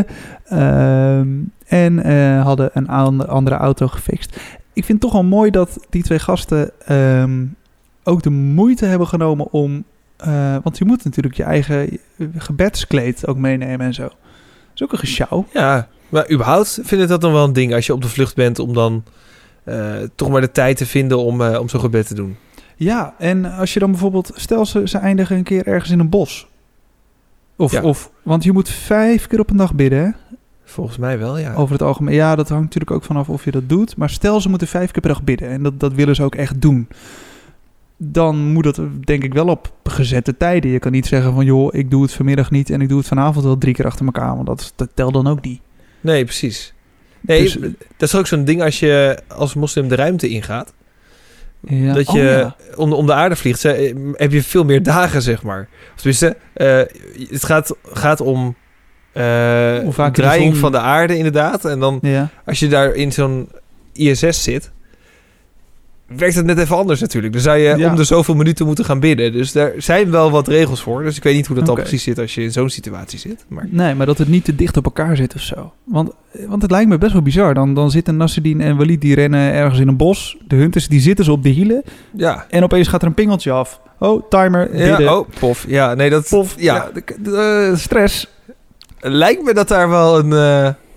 En hadden een andere auto gefixt. Ik vind het toch wel mooi dat die 2 gasten ook de moeite hebben genomen om... want je moet natuurlijk je eigen gebedskleed ook meenemen en zo. Dat is ook een gesjouw. Ja, maar überhaupt vind ik dat dan wel een ding als je op de vlucht bent om dan toch maar de tijd te vinden om zo'n gebed te doen. Ja, en als je dan bijvoorbeeld... Stel ze eindigen een keer ergens in een bos. Want je moet 5 keer op een dag bidden, hè? Volgens mij wel, ja. Over het algemeen. Ja, dat hangt natuurlijk ook vanaf of je dat doet. Maar stel ze moeten 5 keer per dag bidden. En dat willen ze ook echt doen. Dan moet dat denk ik wel op gezette tijden. Je kan niet zeggen van... joh, ik doe het vanmiddag niet... en ik doe het vanavond wel 3 keer achter elkaar. Want dat telt dan ook niet. Nee, precies. Nee, dus, dat is ook zo'n ding als je als moslim de ruimte ingaat. Ja. Dat je om de aarde vliegt, heb je veel meer dagen, zeg maar. Of tenminste, het gaat om de draaiing van de aarde, inderdaad. En dan, als je daar in zo'n ISS zit, werkt het net even anders natuurlijk. Dan zou je om de zoveel minuten moeten gaan bidden. Dus daar zijn wel wat regels voor. Dus ik weet niet hoe dat dan precies zit als je in zo'n situatie zit. Maar... Nee, maar dat het niet te dicht op elkaar zit of zo. Want het lijkt me best wel bizar. Dan zitten Nasreddin en Walid, die rennen ergens in een bos. De Hunters, die zitten ze op de hielen. Ja. En opeens gaat er een pingeltje af. Oh, timer, bidden. Ja, pof. Ja, nee, dat... Pof, stress. Lijkt me dat daar wel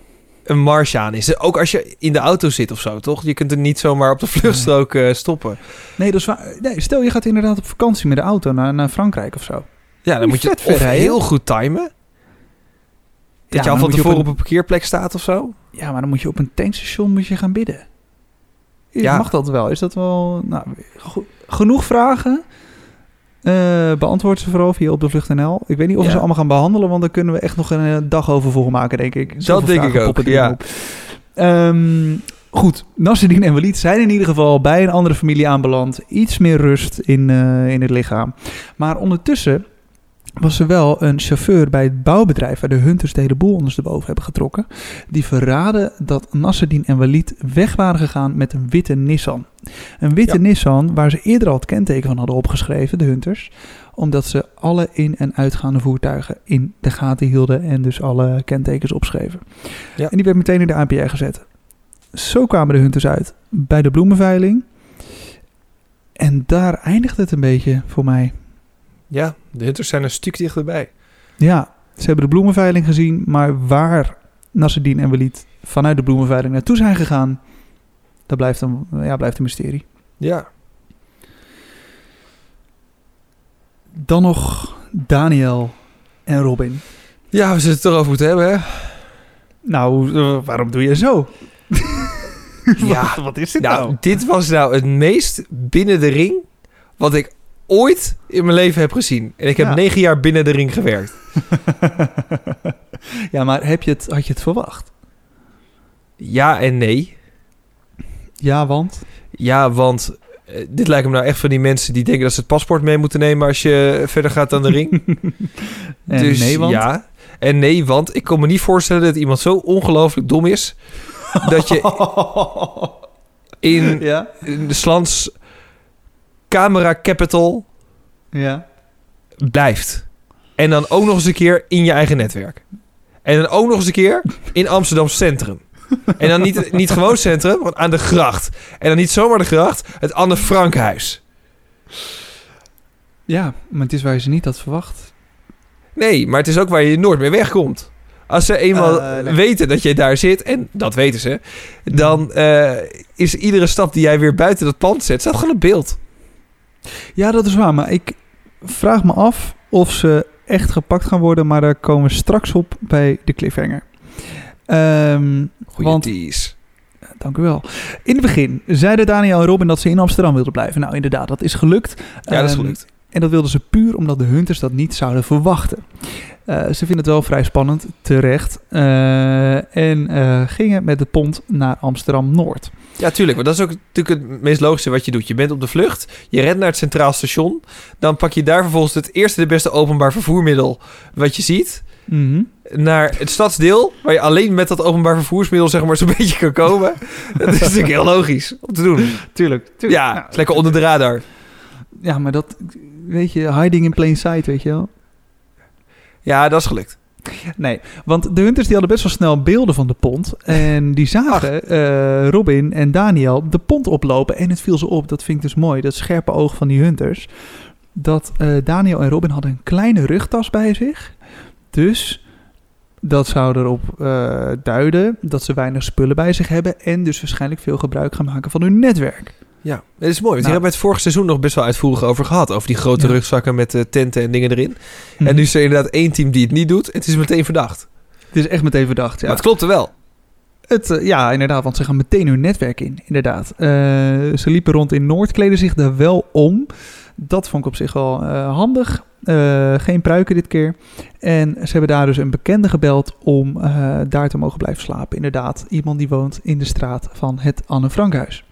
een Martiaan is. Ook als je in de auto zit of zo, toch? Je kunt er niet zomaar op de vluchtstrook stoppen. Nee, dat is waar. Nee, stel je gaat inderdaad op vakantie met de auto naar Frankrijk of zo. Ja, dan moet je het vet of rijden. heel goed timen. Dat je al maar van dan moet tevoren op een parkeerplek staat of zo. Ja, maar dan moet je op een tankstation gaan bidden. Ja. Mag dat wel? Is dat wel... Nou, genoeg vragen. Beantwoord ze vooral via Op de Vlucht NL. Ik weet niet of we Ja. ze allemaal gaan behandelen, want daar kunnen we echt nog een dag over volmaken, denk ik. Dat Zoveel denk ik vragen ook, poppen erin ja. op. Goed, Nasreddin en Walid zijn in ieder geval bij een andere familie aanbeland. Iets meer rust in het lichaam. Maar ondertussen was er wel een chauffeur bij het bouwbedrijf waar de Hunters de hele boel ondersteboven hebben getrokken. Die verraadde dat Nasreddin en Walid weg waren gegaan met een witte Nissan. Een witte Nissan waar ze eerder al het kenteken van hadden opgeschreven, de Hunters. Omdat ze alle in- en uitgaande voertuigen in de gaten hielden en dus alle kentekens opschreven. Ja. En die werd meteen in de ANPR gezet. Zo kwamen de Hunters uit bij de bloemenveiling. En daar eindigde het een beetje voor mij. Ja, de Hunters zijn een stuk dichterbij. Ja, ze hebben de bloemenveiling gezien, maar waar Nasreddin en Walid vanuit de bloemenveiling naartoe zijn gegaan, dat blijft een mysterie. Ja. Dan nog Daniel en Robin. Ja, we zullen het erover moeten hebben, hè? Nou, waarom doe je zo? Ja, Wat is dit nou, dit was nou het meest binnen de ring wat ik ooit in mijn leven heb gezien. En ik heb 9 jaar binnen de ring gewerkt. Ja, maar had je het verwacht? Ja en nee. Ja, want? Ja, want dit lijkt me nou echt van die mensen die denken dat ze het paspoort mee moeten nemen als je verder gaat dan de ring. En Dus nee, want? ja. En nee, want ik kon me niet voorstellen dat iemand zo ongelooflijk dom is dat je in de Slans Camera Capital blijft. En dan ook nog eens een keer in je eigen netwerk. En dan ook nog eens een keer in Amsterdam Centrum. En dan niet gewoon Centrum, want aan de gracht. En dan niet zomaar de gracht, het Anne Frankhuis. Ja, maar het is waar je ze niet had verwacht. Nee, maar het is ook waar je nooit meer wegkomt. Als ze eenmaal weten dat jij daar zit, en dat weten ze, dan is iedere stap die jij weer buiten dat pand zet, staat gewoon op beeld. Ja, dat is waar, maar ik vraag me af of ze echt gepakt gaan worden, maar daar komen we straks op bij de cliffhanger. Goeie tease. Dank u wel. In het begin zeiden Daniel en Robin dat ze in Amsterdam wilden blijven. Nou, inderdaad, dat is gelukt. Ja, dat is gelukt. En dat wilden ze puur omdat de Hunters dat niet zouden verwachten. Ze vinden het wel vrij spannend, terecht. En gingen met de pont naar Amsterdam-Noord. Ja, tuurlijk. Want dat is ook natuurlijk het meest logische wat je doet. Je bent op de vlucht, je rent naar het Centraal Station. Dan pak je daar vervolgens het eerste de beste openbaar vervoermiddel wat je ziet. Mm-hmm. Naar het stadsdeel, waar je alleen met dat openbaar vervoersmiddel zeg maar zo'n beetje kan komen. Dat is natuurlijk heel logisch om te doen. Tuurlijk. Ja, Nou, is lekker onder de radar. Ja, maar dat, weet je, hiding in plain sight, weet je wel. Ja, dat is gelukt. Nee, want de Hunters die hadden best wel snel beelden van de pont. En die zagen Robin en Daniel de pont oplopen. En het viel ze op, dat vind ik dus mooi, dat scherpe oog van die Hunters. Dat Daniel en Robin hadden een kleine rugtas bij zich. Dus dat zou erop duiden dat ze weinig spullen bij zich hebben. En dus waarschijnlijk veel gebruik gaan maken van hun netwerk. Ja, dat is mooi. Want hier hebben we het vorige seizoen nog best wel uitvoerig over gehad. Over die grote rugzakken met tenten en dingen erin. Mm-hmm. En nu is er inderdaad 1 team die het niet doet. Het is meteen verdacht. Het is echt meteen verdacht, ja. Maar het klopt er wel. Ja, inderdaad, want ze gaan meteen hun netwerk in, inderdaad. Ze liepen rond in Noord, kleden zich daar wel om. Dat vond ik op zich wel handig. Geen pruiken dit keer. En ze hebben daar dus een bekende gebeld om daar te mogen blijven slapen. Inderdaad, iemand die woont in de straat van het Anne Frankhuis.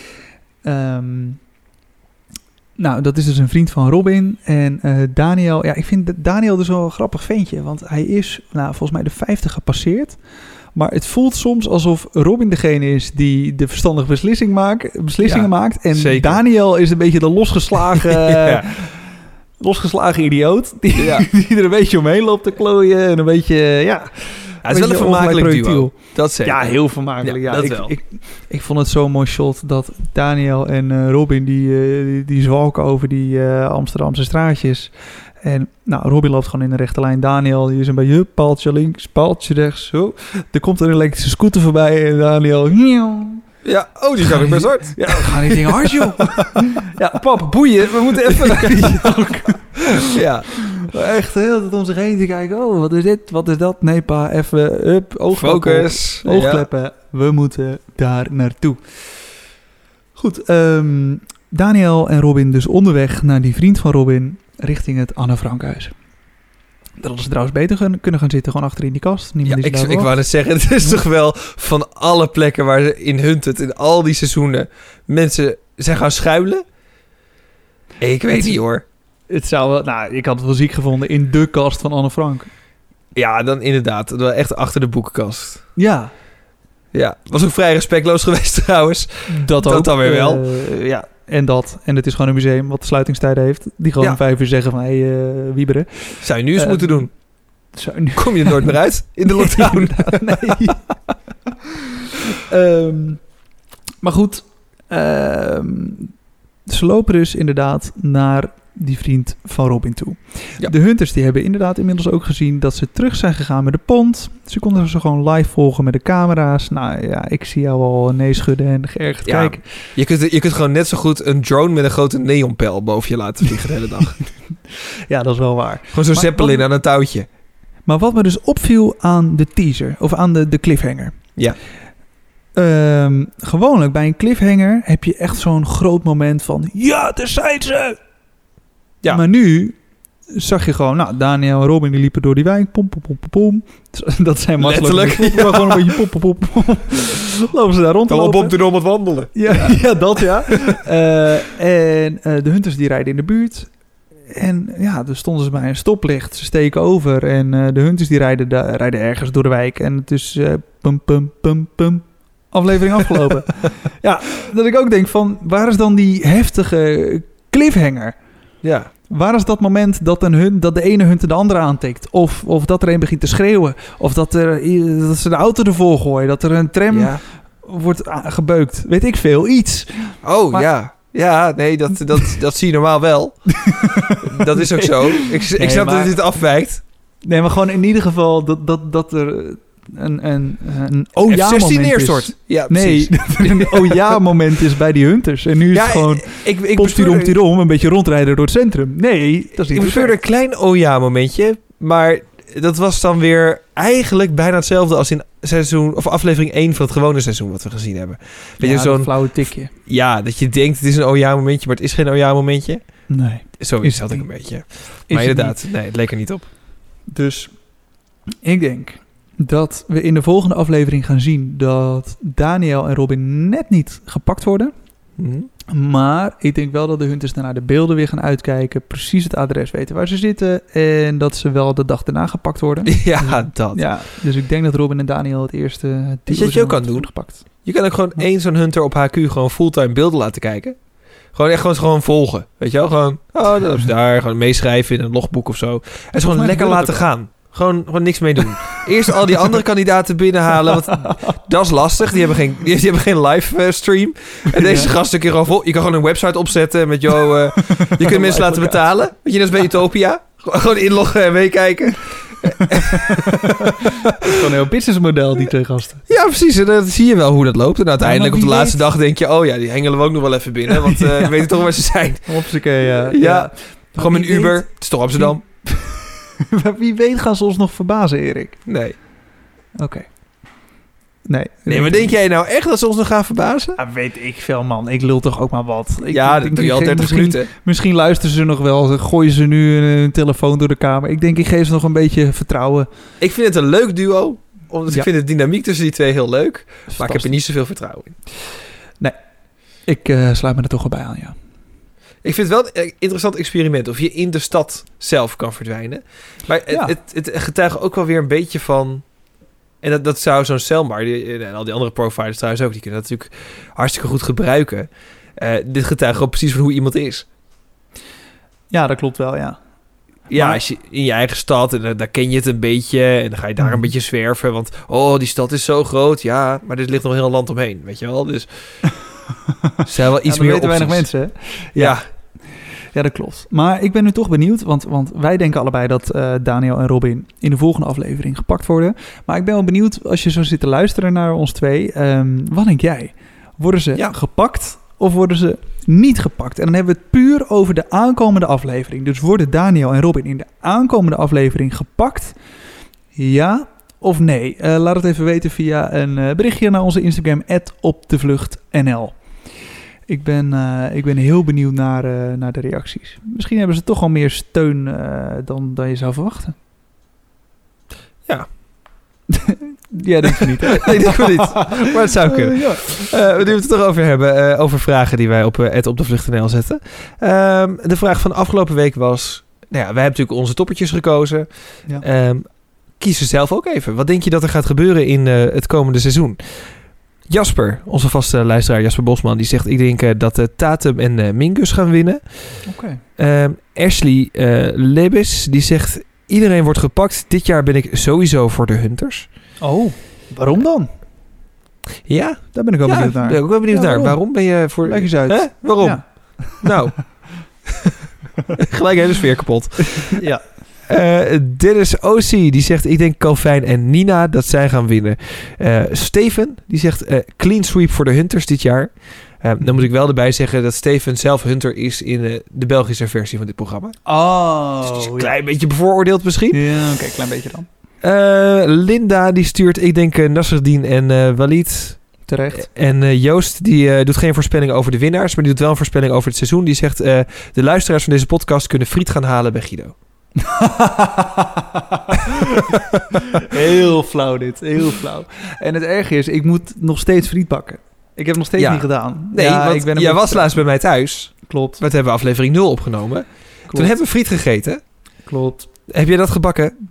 Nou, dat is dus een vriend van Robin. En Daniel, ja, ik vind Daniel dus wel een grappig ventje. Want hij is, volgens mij de 50 gepasseerd. Maar het voelt soms alsof Robin degene is die de verstandige beslissingen maakt. En zeker. Daniel is een beetje de losgeslagen... losgeslagen idioot. Die er een beetje omheen loopt te klooien. En een beetje, het is wel een vermakelijk duo. Dat zeker. Ja, heel vermakelijk. Ja, dat wel. Ik vond het zo'n mooi shot dat Daniel en Robin die zwalken over die Amsterdamse straatjes. En nou, Robin loopt gewoon in de rechte lijn. Daniel, die is een beetje paaltje links, paaltje rechts. Zo. Er komt een elektrische scooter voorbij en Daniel... Ja, oh, die zag ik best hard. Ja, gaan die dingen hard, joh. Ja, pap, boeien. We moeten even... Ja. Echt de hele tijd om zich heen te kijken. Oh, wat is dit? Wat is dat? Nee, pa, even up, oogkleppen. Focus. Oogkleppen. Ja. We moeten daar naartoe. Goed, Daniel en Robin dus onderweg naar die vriend van Robin richting het Anne Frankhuis. Dat hadden ze trouwens beter kunnen gaan zitten, gewoon achter in die kast. Ja, ik wou net zeggen, het is toch wel van alle plekken waar ze in Hunted, in al die seizoenen, mensen zijn gaan schuilen? Ik weet niet hoor. Het zou wel, nou, ik had het wel ziek gevonden in de kast van Anne Frank. Ja, dan inderdaad. Wel echt achter de boekenkast. Ja. Ja, was ook vrij respectloos geweest trouwens. Dat ook. Dan weer wel. Ja, en dat. En het is gewoon een museum wat de sluitingstijden heeft. Die gewoon om 5 uur zeggen van, wieberen. Zou je nu eens moeten doen? Nu... Kom je er nooit meer uit in de lockdown? Nee. Maar goed, ze lopen dus inderdaad naar die vriend van Robin toe. Ja. De Hunters die hebben inderdaad inmiddels ook gezien dat ze terug zijn gegaan met de pont. Ze konden ze gewoon live volgen met de camera's. Nou ja, ik zie jou al nee schudden en geërgerd kijken. Je kunt gewoon net zo goed een drone met een grote neonpijl boven je laten vliegen de hele dag. Ja, dat is wel waar. Gewoon zo'n zeppelin aan een touwtje. Maar wat me dus opviel aan de teaser, of aan de cliffhanger. Ja. Gewoonlijk bij een cliffhanger heb je echt zo'n groot moment van... Ja, daar zijn ze! Ja. Maar nu zag je gewoon... Nou, Daniel en Robin die liepen door die wijk. Pom, pom, pom, pom, pom. Dat zijn letterlijk. Ja. Gewoon een beetje pom, pom, pom. Lopen ze daar rond te lopen. Op erom het wandelen. Ja, dat ja. En de Hunters die rijden in de buurt... En ja, er stonden ze bij een stoplicht. Ze steken over. En de Hunters die rijden ergens door de wijk. En het is pum, pum, pum, pum. Aflevering afgelopen. Ja, dat ik ook denk van... Waar is dan die heftige cliffhanger? Ja. Waar is dat moment dat de ene Hunter de andere aantikt? Of dat er een begint te schreeuwen? Of dat ze de auto ervoor gooien? Dat er een tram wordt gebeukt? Weet ik veel. Iets. Oh, maar, ja. Ja, nee, dat zie je normaal wel. Dat is ook zo. Ik snap dat dit afwijkt. Nee, maar gewoon in ieder geval dat er een oh ja moment neerstort. Is. Ja, nee, een oh ja moment is bij die Hunters. En nu is het gewoon ik om een beetje rondrijden door het centrum. Nee, dat is niet. Ik bespeurde een klein oh ja momentje, maar dat was dan weer eigenlijk bijna hetzelfde als in seizoen of aflevering 1 van het gewone seizoen wat we gezien hebben. Weet je, zo'n flauwe tikje. Ja, dat je denkt het is een oh ja momentje, maar het is geen oh ja momentje. Nee. Zo is dat ook een beetje. Maar inderdaad, nee, het leek er niet op. Dus ik denk dat we in de volgende aflevering gaan zien dat Daniel en Robin net niet gepakt worden. Mm-hmm. Maar ik denk wel dat de Hunters naar de beelden weer gaan uitkijken. Precies het adres weten waar ze zitten. En dat ze wel de dag daarna gepakt worden. Ja, dat. Ja, dus ik denk dat Robin en Daniel het eerste... Weet je wat je ook kan doen? Gepakt. Je kan ook gewoon één zo'n Hunter op HQ gewoon fulltime beelden laten kijken. Gewoon echt gewoon volgen. Weet je wel? Gewoon, dat is daar. Gewoon meeschrijven in een logboek of zo. En ze gewoon lekker laten gaan. Gewoon niks mee doen. Eerst al die andere kandidaten binnenhalen. Want dat is lastig. Die hebben geen live stream. En deze gasten kun je gewoon vol. Je kan gewoon een website opzetten met jou. Je kunt mensen laten betalen. Weet je, dat is bij Utopia. Gewoon inloggen en meekijken. Gewoon een heel businessmodel, die twee gasten. Ja, precies. En dan zie je wel hoe dat loopt. En uiteindelijk op de laatste dag denk je... Oh ja, die hengelen we ook nog wel even binnen. Want we weten toch waar ze zijn. Ja. Gewoon met Uber. Het is toch Amsterdam. Wie weet gaan ze ons nog verbazen, Erik? Nee. Oké. Nee, maar denk jij nou echt dat ze ons nog gaan verbazen? Ja, weet ik veel, man. Ik lul toch ook maar wat. Dat doe je al 30 minuten. Misschien luisteren ze nog wel. Gooien ze nu een telefoon door de kamer. Ik geef ze nog een beetje vertrouwen. Ik vind het een leuk duo. Omdat ik vind de dynamiek tussen die twee heel leuk. Maar ik heb er niet zoveel vertrouwen in. Nee. Ik sluit me er toch wel bij aan, ja. Ik vind het wel een interessant experiment. Of je in de stad zelf kan verdwijnen. Maar het getuigt ook wel weer een beetje van... En dat zou zo'n Selmar... en al die andere providers trouwens ook... die kunnen dat natuurlijk hartstikke goed gebruiken. Dit getuigt gewoon precies van hoe iemand is. Ja, dat klopt wel, ja. Ja, maar als je in je eigen stad... en daar ken je het een beetje... en dan ga je daar een beetje zwerven... want die stad is zo groot... ja, maar er ligt nog een heel land omheen, weet je wel? Dus... er zijn wel iets meer opties. weinig mensen, hè? Ja. Ja, dat klopt. Maar ik ben nu toch benieuwd, want wij denken allebei dat Daniel en Robin in de volgende aflevering gepakt worden. Maar ik ben wel benieuwd, als je zo zit te luisteren naar ons twee, wat denk jij? Worden ze gepakt of worden ze niet gepakt? En dan hebben we het puur over de aankomende aflevering. Dus worden Daniel en Robin in de aankomende aflevering gepakt? Ja of nee? Laat het even weten via een berichtje naar onze Instagram, @opdevluchtnl. Ik ben heel benieuwd naar de reacties. Misschien hebben ze toch al meer steun dan je zou verwachten. Ja. Ja, denk ik niet. Nee, denk ik niet. Maar het zou kunnen. We nu het toch over hebben. Over vragen die wij op de vlucht.nl zetten. De vraag van de afgelopen week was... Nou ja, wij hebben natuurlijk onze toppertjes gekozen. Ja. Kies ze zelf ook even. Wat denk je dat er gaat gebeuren in het komende seizoen? Jasper, onze vaste luisteraar Jasper Bosman, die zegt... Ik denk dat Tatum en Mingus gaan winnen. Okay. Ashley Lebes, die zegt... Iedereen wordt gepakt. Dit jaar ben ik sowieso voor de Hunters. Oh, waarom dan? Ja, daar ben ik wel benieuwd naar. Ben ik ook wel benieuwd naar. Waarom ben je voor... Leg eens uit. Hè? Waarom? Ja. Nou, gelijk hele sfeer kapot. Ja. Dennis O.C. die zegt... Ik denk Calvin en Nina dat zij gaan winnen. Steven die zegt... clean sweep voor de Hunters dit jaar. Dan moet ik wel erbij zeggen dat Steven zelf Hunter is in de Belgische versie van dit programma. Oh, dus het is een klein beetje bevooroordeeld misschien. Ja, oké, klein beetje dan. Linda die stuurt, ik denk Nasreddin en Walid. Terecht. En Joost die doet geen voorspelling over de winnaars, maar die doet wel een voorspelling over het seizoen. Die zegt, de luisteraars van deze podcast kunnen friet gaan halen bij Guido. Heel flauw dit, heel flauw. En het erge is, ik moet nog steeds friet bakken. Ik heb het nog steeds niet gedaan. Nee, want jij was laatst bij mij thuis. Klopt. We hebben aflevering 0 opgenomen. Klopt. Toen hebben we friet gegeten. Klopt. Heb jij dat gebakken?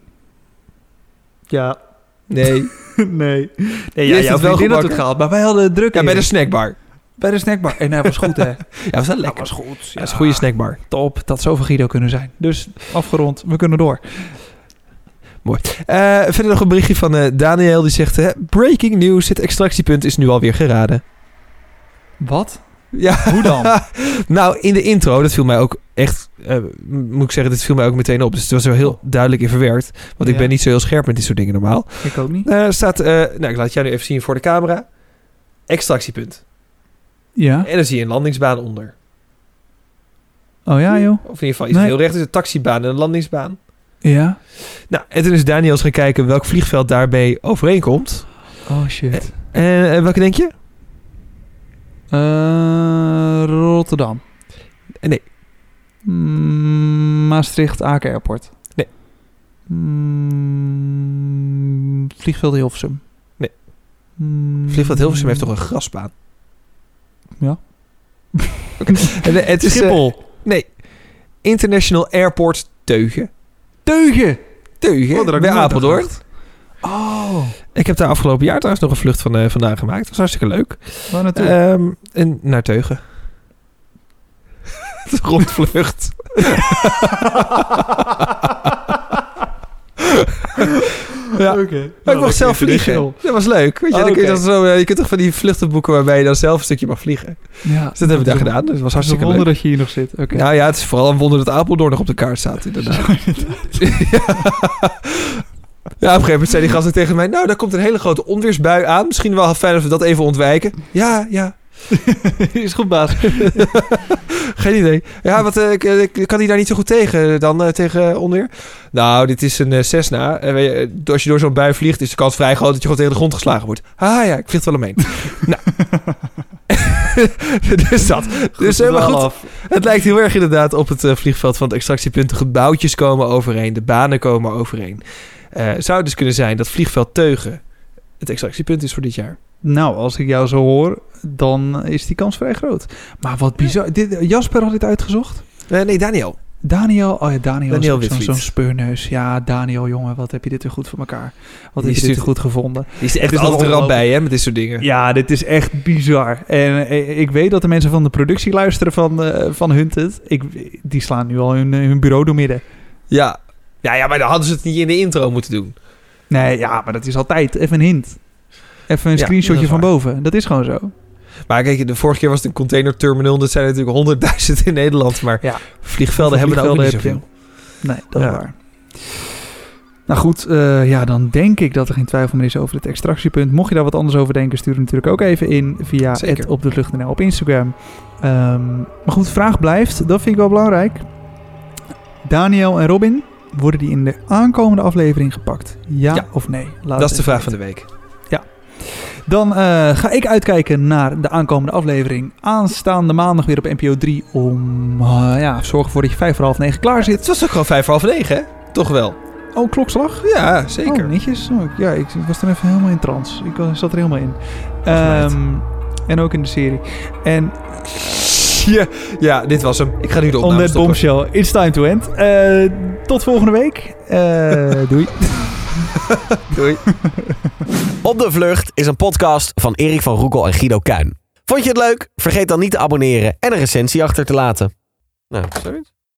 Ja. Nee. Nee, ja, jouw vriendin had het gehaald, maar wij hadden het druk. Ja, bij de snackbar. Bij de snackbar. En dat was goed, hè? Ja, was wel lekker. Dat was goed. Ja, dat is een goede snackbar. Top. Dat zou van Guido kunnen zijn. Dus afgerond. We kunnen door. Mooi. Verder nog een berichtje van Daniel. Die zegt... breaking news. Het extractiepunt is nu alweer geraden. Wat? Ja. Hoe dan? Nou, in de intro, dat viel mij ook echt... moet ik zeggen, dit viel mij ook meteen op. Dus het was er heel duidelijk in verwerkt. Want ik ben niet zo heel scherp met dit soort dingen normaal. Ik ook niet. Staat... nou, ik laat jij nu even zien voor de camera. Extractiepunt. Ja. En dan zie je een landingsbaan onder. Oh ja, joh. Of in ieder geval iets heel recht. Dus een taxibaan en een landingsbaan. Ja. Nou, en toen is Daniels gaan kijken welk vliegveld daarbij overeenkomt. Oh, shit. En welke denk je? Rotterdam. Nee. Maastricht Aken Airport. Nee. Vliegveld Hilversum. Nee. Vliegveld Hilversum heeft toch een grasbaan? Ja. Okay. Het is Schiphol. Nee. International Airport Teugen. Teugen? Bij Apeldoorn. Oh. Ik heb daar afgelopen jaar trouwens nog een vlucht vandaan gemaakt. Dat was hartstikke leuk. Waar naartoe? En naar Teugen. Rondvlucht. Ja. Okay. Maar ik mocht zelf vliegen. Dat was leuk. Weet je, je kunt toch van die vluchten boeken waarbij je dan zelf een stukje mag vliegen. Ja, dus dat hebben we daar gedaan. Dus het was hartstikke leuk. Het is een wonder dat je hier nog zit. Okay. Nou ja, het is vooral een wonder dat Apeldoorn nog op de kaart staat. Inderdaad. Ja, op een gegeven moment zei die gasten tegen mij... Nou, daar komt een hele grote onweersbui aan. Misschien wel fijn als we dat even ontwijken. Ja. Is goed, baas. Geen idee. Ja, kan hij daar niet zo goed tegen dan, tegen onweer? Nou, dit is een Cessna. Als je door zo'n bui vliegt, is de kans vrij groot dat je gewoon tegen de grond geslagen wordt. Ah ja, ik vlieg er wel omheen. Nou. Dus dat. Dus, maar goed, het lijkt heel erg inderdaad op het vliegveld van het extractiepunt. De gebouwtjes komen overeen, de banen komen overeen. Zou het dus kunnen zijn dat vliegveld Teugen het extractiepunt is voor dit jaar? Nou, als ik jou zo hoor, dan is die kans vrij groot. Maar wat bizar. Jasper had dit uitgezocht? Nee, Daniel. Daniel? Oh ja, Daniel is zo'n speurneus. Ja, Daniel, jongen, wat heb je dit weer goed voor elkaar? Wat heb je dit weer goed gevonden? Die is echt altijd er al bij, hè, met dit soort dingen. Ja, dit is echt bizar. En ik weet dat de mensen van de productie luisteren van Hunted. Die slaan nu al hun bureau door midden. Ja, maar dan hadden ze het niet in de intro moeten doen. Nee, ja, maar dat is altijd even een hint. Even een screenshotje van boven. Dat is gewoon zo. Maar kijk, de vorige keer was het een containerterminal. Dat zijn natuurlijk 100.000 in Nederland. Maar Ja. vliegvelden hebben er ook niet zoveel. Nee, dat is Ja. waar. Nou goed, dan denk ik dat er geen twijfel meer is over het extractiepunt. Mocht je daar wat anders over denken, stuur het natuurlijk ook even in via Zeker. @opdevlucht.nl op Instagram. Maar goed, de vraag blijft, dat vind ik wel belangrijk. Daniel en Robin, worden die in de aankomende aflevering gepakt? Ja. Of nee? Laat Dat is het de vraag even van de week. Dan ga ik uitkijken naar de aankomende aflevering. Aanstaande maandag weer op NPO 3 om zorg ervoor dat je 8:55 klaar zit. Het was ook gewoon 8:55, hè? Toch wel? Oh, klokslag? Ja, zeker. Oh, netjes. Oh, ik was er even helemaal in trance. Ik zat er helemaal in. En ook in de serie. En Ja, dit was hem. Ik ga nu de on opname that stoppen. bombshell, it's time to end. Tot volgende week. Doei. Doei. Op de Vlucht is een podcast van Erik van Roekel en Guido Kuin. Vond je het leuk? Vergeet dan niet te abonneren en een recensie achter te laten. Nou, zoiets.